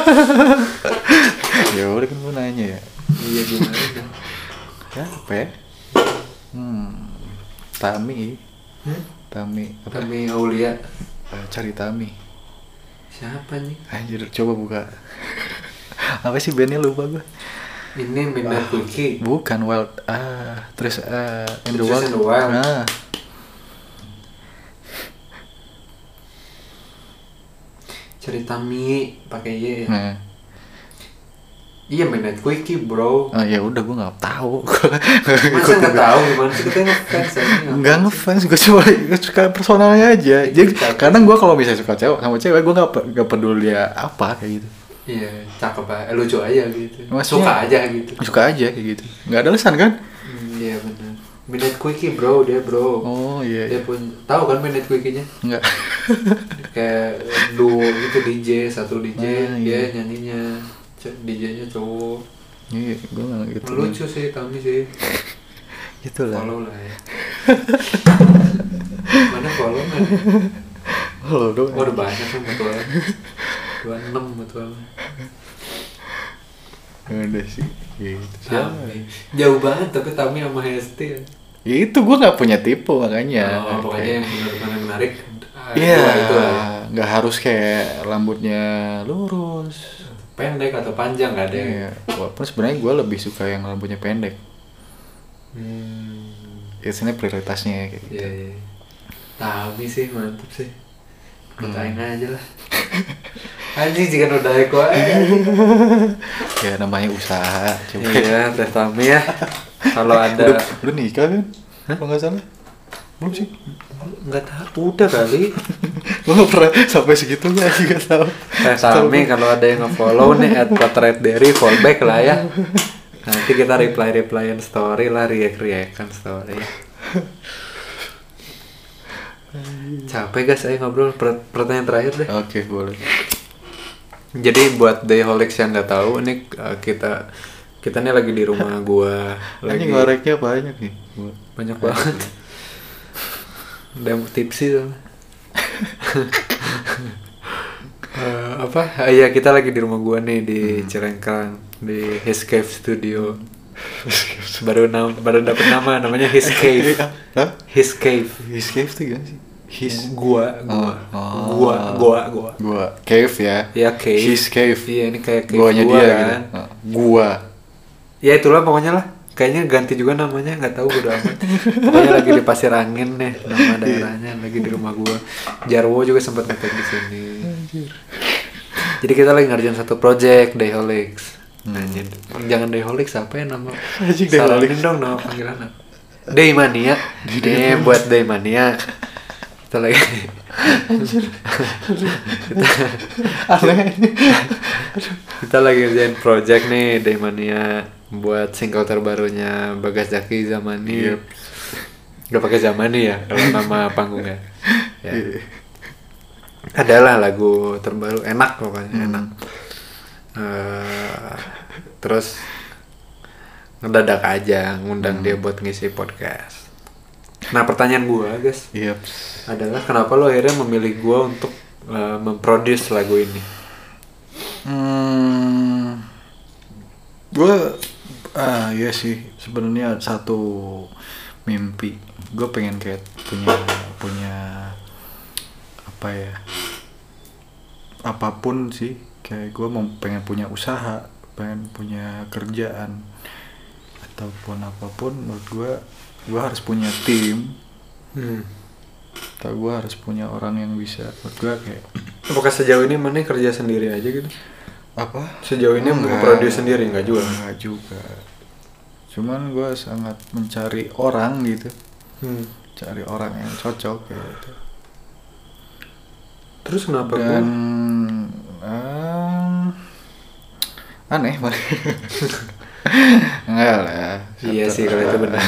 Ya udah kan gue nanya ya. Iya gimana? Ya apa ya? Hmm, Tami, hmm? Tami, apa? Tami Aulia. Uh, cari Tami. Siapa nih? Anjir, coba buka. Apa sih bandnya lupa gue? Ini Midnight Quickie. Bukan Wild. Ah, terus uh, In the Wild. Nah. Cari Tami pakai Y ya. Nah. Iya Midnight Quickie bro. Oh ya udah gue nggak tahu. Masa nggak tahu gimana sih, kita ngefans aja. Nggak ngefans, gue cuma suka personalnya aja. Jadi kadang gue kalau misalnya suka cewek sama cewek gue nggak nggak peduli dia apa kayak gitu. Iya cakep aja, eh, lucu aja gitu. Maksudnya, suka aja gitu. Suka aja kayak gitu. Nggak ada alasan kan? Hmm, iya benar. Midnight Quickie bro dia bro. Oh iya. Dia pun tahu kan Midnight Quickie-nya? Enggak. Kayak duo gitu D J, satu D J ah, iya. dia nyanyinya. D J-nya cowok. Iya, gue nggak gitu. Lucu sih, Tami sih. Itulah. Follow lah ya. Mana follow kan? Follow dong. Oh, udah banyak kan mutualnya. dua puluh enam mutualnya. Udah sih. Gitu. Tami. Jauh banget tapi Tami sama Hesti ya. Ya itu gue nggak punya tipe makanya. Oh, pokoknya yang benar-benar menarik. Iya. Nggak harus kayak rambutnya lurus. Pendek atau panjang nggak ada. Iya. Walaupun sebenarnya gue lebih suka yang rambutnya pendek. Hmm. Itu sebenarnya prioritasnya kayak gitu. Iya, iya. Tami sih mantep sih. Bukain hmm. aja lah. Anjing jika udah eko aja. Ya namanya usaha. Coba. Iya, Teh Tami ya. Kalau ada. Udah, udah nikah kan? Hah? Kalau nggak salah. Belum sih? Nggak tahu, udah kali. Gue nggak pernah sampai segitunya sih, nggak tahu. Teh Tami kalau ada yang nge-follow nih at potret dari fallback lah ya. Nanti kita reply replyan story lah, react reactan story. Capek guys, saya ngobrol. Pertanyaan terakhir deh. Oke, okay, boleh. Jadi buat Dayholics yang nggak tahu, ini uh, kita kita nih lagi di rumah gua. Lagi ngoreknya banyak nih. Banyak banget. Udah tipsi tuh. uh, apa? Uh, ya kita lagi di rumah gua nih di hmm. Cirengkrang di His Cave Studio. baru nam baru dapet nama namanya His Cave. Hah? His Cave. His Cave tuh gimana sih? His gua gua oh. gua gua gua gua cave ya. Ya cave. His Cave. Iya ini kayak cave guanya gua, dia kan. Gitu. Oh. Gua. Ya itulah pokoknya lah. Kayaknya ganti juga namanya, nggak tahu udah amat. Pokoknya lagi di Pasir Angin nih nama daerahnya, lagi di rumah gua. Jarwo juga sempat ngetek di sini. Jadi kita lagi ngerjain satu project Dayholics. Hmm. Nah, jadi, jangan Dayholics apa ya nama? Saranin dong nama panggilan. Daymania. Nih buat Daymania. Kita lagi Anjir. kita, kita lagi ngerjain project nih Daymania buat single terbarunya Bagas Zaki Zamani. Yep. Gak pakai Zamani ya kalau nama panggungnya. Ya. Adalah lagu terbaru enak pokoknya hmm. enak. Uh, terus ngedadak aja ngundang hmm. dia buat ngisi podcast. Nah pertanyaan gue guys, yep. adalah kenapa lo akhirnya memilih gue untuk uh, memproduce lagu ini? Hmm, gue ah ya sih sebenarnya satu mimpi. Gue pengen kayak punya punya apa ya? Apapun sih, kayak gue mau pengen punya usaha, pengen punya kerjaan ataupun apapun. Menurut gue gue harus punya tim hmm. atau gue harus punya orang yang bisa. Menurut gue kayak apakah sejauh ini mana kerja sendiri aja gitu? Apa? Sejauh ini mau produce sendiri nggak juga? Nggak juga, cuman gue sangat mencari orang gitu, hmm. cari orang yang cocok gitu. Terus kenapa gue? Dan um, aneh banget. Enggak lah. Iya sih kalau itu benar.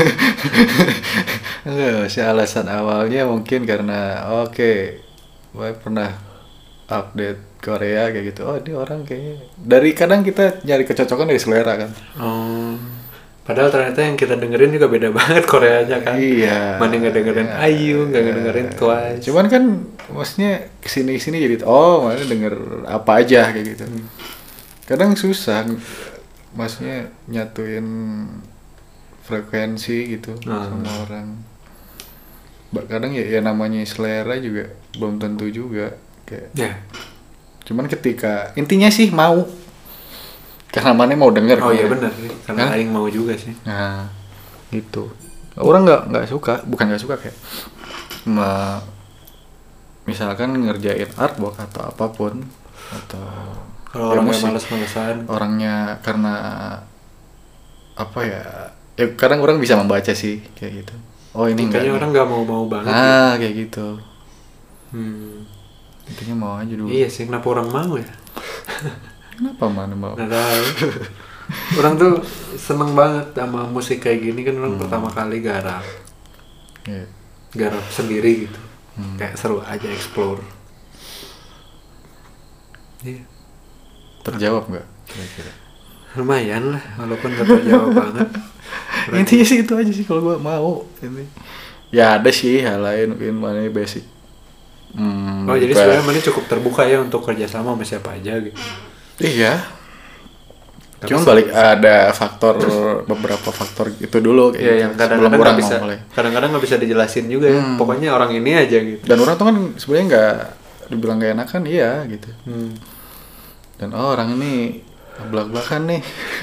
Enggak sih, alasan awalnya mungkin karena oke, okay, gue pernah update Korea kayak gitu. Oh, dia orang kayaknya dari kadang kita nyari kecocokan dari selera kan. Oh. Padahal ternyata yang kita dengerin juga beda banget Koreanya kan. Iya. Mana nggak dengerin iya, Ayu, nggak iya. dengerin Twice. Cuman kan maksudnya kesini kesini jadi oh mana denger apa aja kayak gitu. Hmm. Kadang susah. Maksudnya nyatuin frekuensi gitu hmm. sama orang. Kadang ya, ya namanya selera juga belum tentu juga kayak. Yeah. Cuman ketika intinya sih mau, karena mana mau denger. Oh iya benar, karena Aing mau juga sih. Nah itu orang nggak nggak suka, bukan nggak suka kayak, ma, misalkan ngerjain artwork atau apapun atau kalau ya orangnya males-malesan, orangnya karena apa ya, ya kadang orang bisa membaca sih kayak gitu. Oh ini enggak. Kayaknya orang nggak mau-mau banget. Ah ya. Kayak gitu. Hmm. Intinya mau aja dulu. Iya sih, kenapa orang mau ya? Kenapa mana mau? Nggak tahu. Orang tuh seneng banget sama musik kayak gini kan orang hmm. pertama kali garap. Yeah. Garap sendiri gitu. Hmm. Kayak seru aja explore. Iya. Yeah. Terjawab nggak kira-kira? Lumayan lah, walaupun nggak terjawab banget. Intinya sih itu aja sih kalau gua mau ini. Ya ada sih hal lain mungkin mana basic. Hmm, oh jadi sebenarnya mana cukup terbuka ya untuk kerjasama sama siapa aja gitu. Iya. Tapi cuman balik ada faktor beberapa faktor itu dulu kayak iya, gitu. Yang kadang-kadang nggak bisa, kadang-kadang nggak bisa dijelasin juga ya. Hmm. Pokoknya orang ini aja gitu. Dan orang tuh kan sebenarnya nggak dibilang gak enak kan iya gitu. Hmm. Dan oh orang ini belak-belakan nih.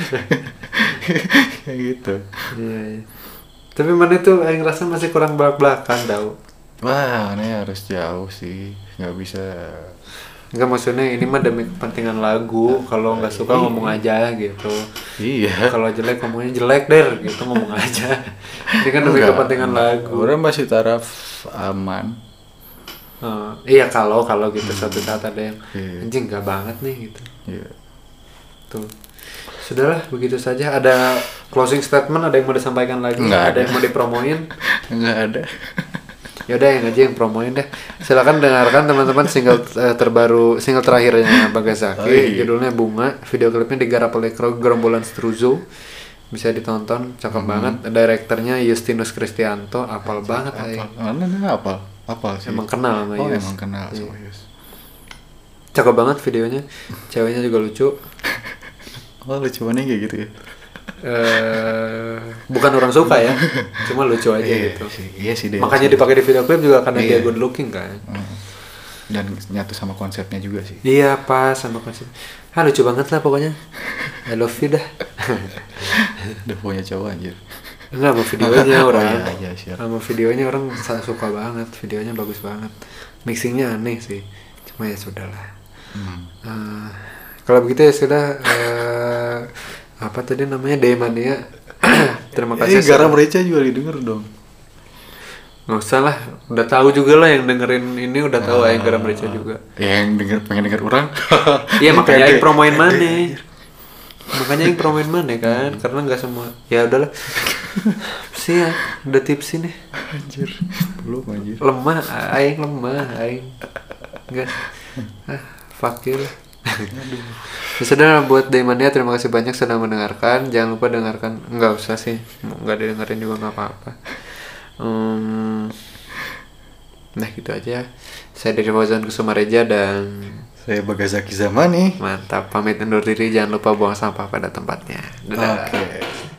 Kayak gitu. Iya, iya. Tapi mana tuh yang ngerasa masih kurang belak-belakan tau. Wah ini harus jauh sih, nggak bisa. Enggak maksudnya ini mah demi kepentingan lagu. Kalau nggak suka iya. ngomong aja gitu. Iya. Kalau jelek ngomongnya jelek der gitu, ngomong aja. Ini kan demi enggak, kepentingan lagu. Orang masih taraf aman. Oh, iya kalau kalau gitu hmm. suatu saat ada yang iya. anjing nggak banget nih gitu. Iya. Tuh. Sudahlah begitu saja. Ada closing statement, ada yang mau disampaikan lagi? Nggak ada. Ada yang mau dipromoin? Nggak ada. Yaudah yang aja yang promoin deh. Silakan dengarkan teman-teman single uh, terbaru, single terakhirnya Bagas Zaki. Oh, iya. Judulnya Bunga. Video klipnya digarap oleh gerombolan Struzo. Bisa ditonton, cakep hmm. banget. Direkturnya Justinus Kristianto, apal banget. Mana nih apal? Apal sih. Emang kenal sama Oh Yus. emang kenal sama Yus. Cakep banget videonya. Ceweknya juga lucu. Oh lucu banget kayak gitu ya. Uh, bukan orang suka ya, cuma lucu aja iya, gitu. Sih, iya sih. Makanya sih. Dipakai di video klip juga karena iya. dia good looking kan. Hmm. Dan nyatu sama konsepnya juga sih. Iya pas sama konsep. Ah lucu banget lah pokoknya. I love you dah. Udah punya cowok anjir. Enggak sama videonya orang. Oh, iya, iya, siap. Sama videonya orang suka banget. Videonya bagus banget. Mixingnya aneh sih. Cuma ya sudahlah. Hmm. Uh, kalau begitu ya sudah. Uh, apa tadi namanya Daemania. Terima kasih. Eh, Garam Reca juga didengar dong. Nggak usah lah, udah tahu juga lah yang dengerin ini udah tahu Ah, Aing Garam Reca juga. Yang denger pengen denger orang. Iya makanya Aing promoin mana. Makanya Aing promoin mana kan, karena nggak semua. Ya udahlah. Sih ya, udah tips ini. Anjir, belum anjir. Lemah, Aing lemah, Aing. Enggak. Ah, fuck you. Ya sudah buat Daemania, terima kasih banyak sudah mendengarkan. Jangan lupa dengarkan. Enggak usah sih, nggak didengerin juga nggak apa-apa. Hmm, nah gitu aja. Saya dari Fauzan Kusumareja dan Saya Bagazaki Zamani. mantap, pamit undur diri. Jangan lupa buang sampah pada tempatnya. Dadah. Oke.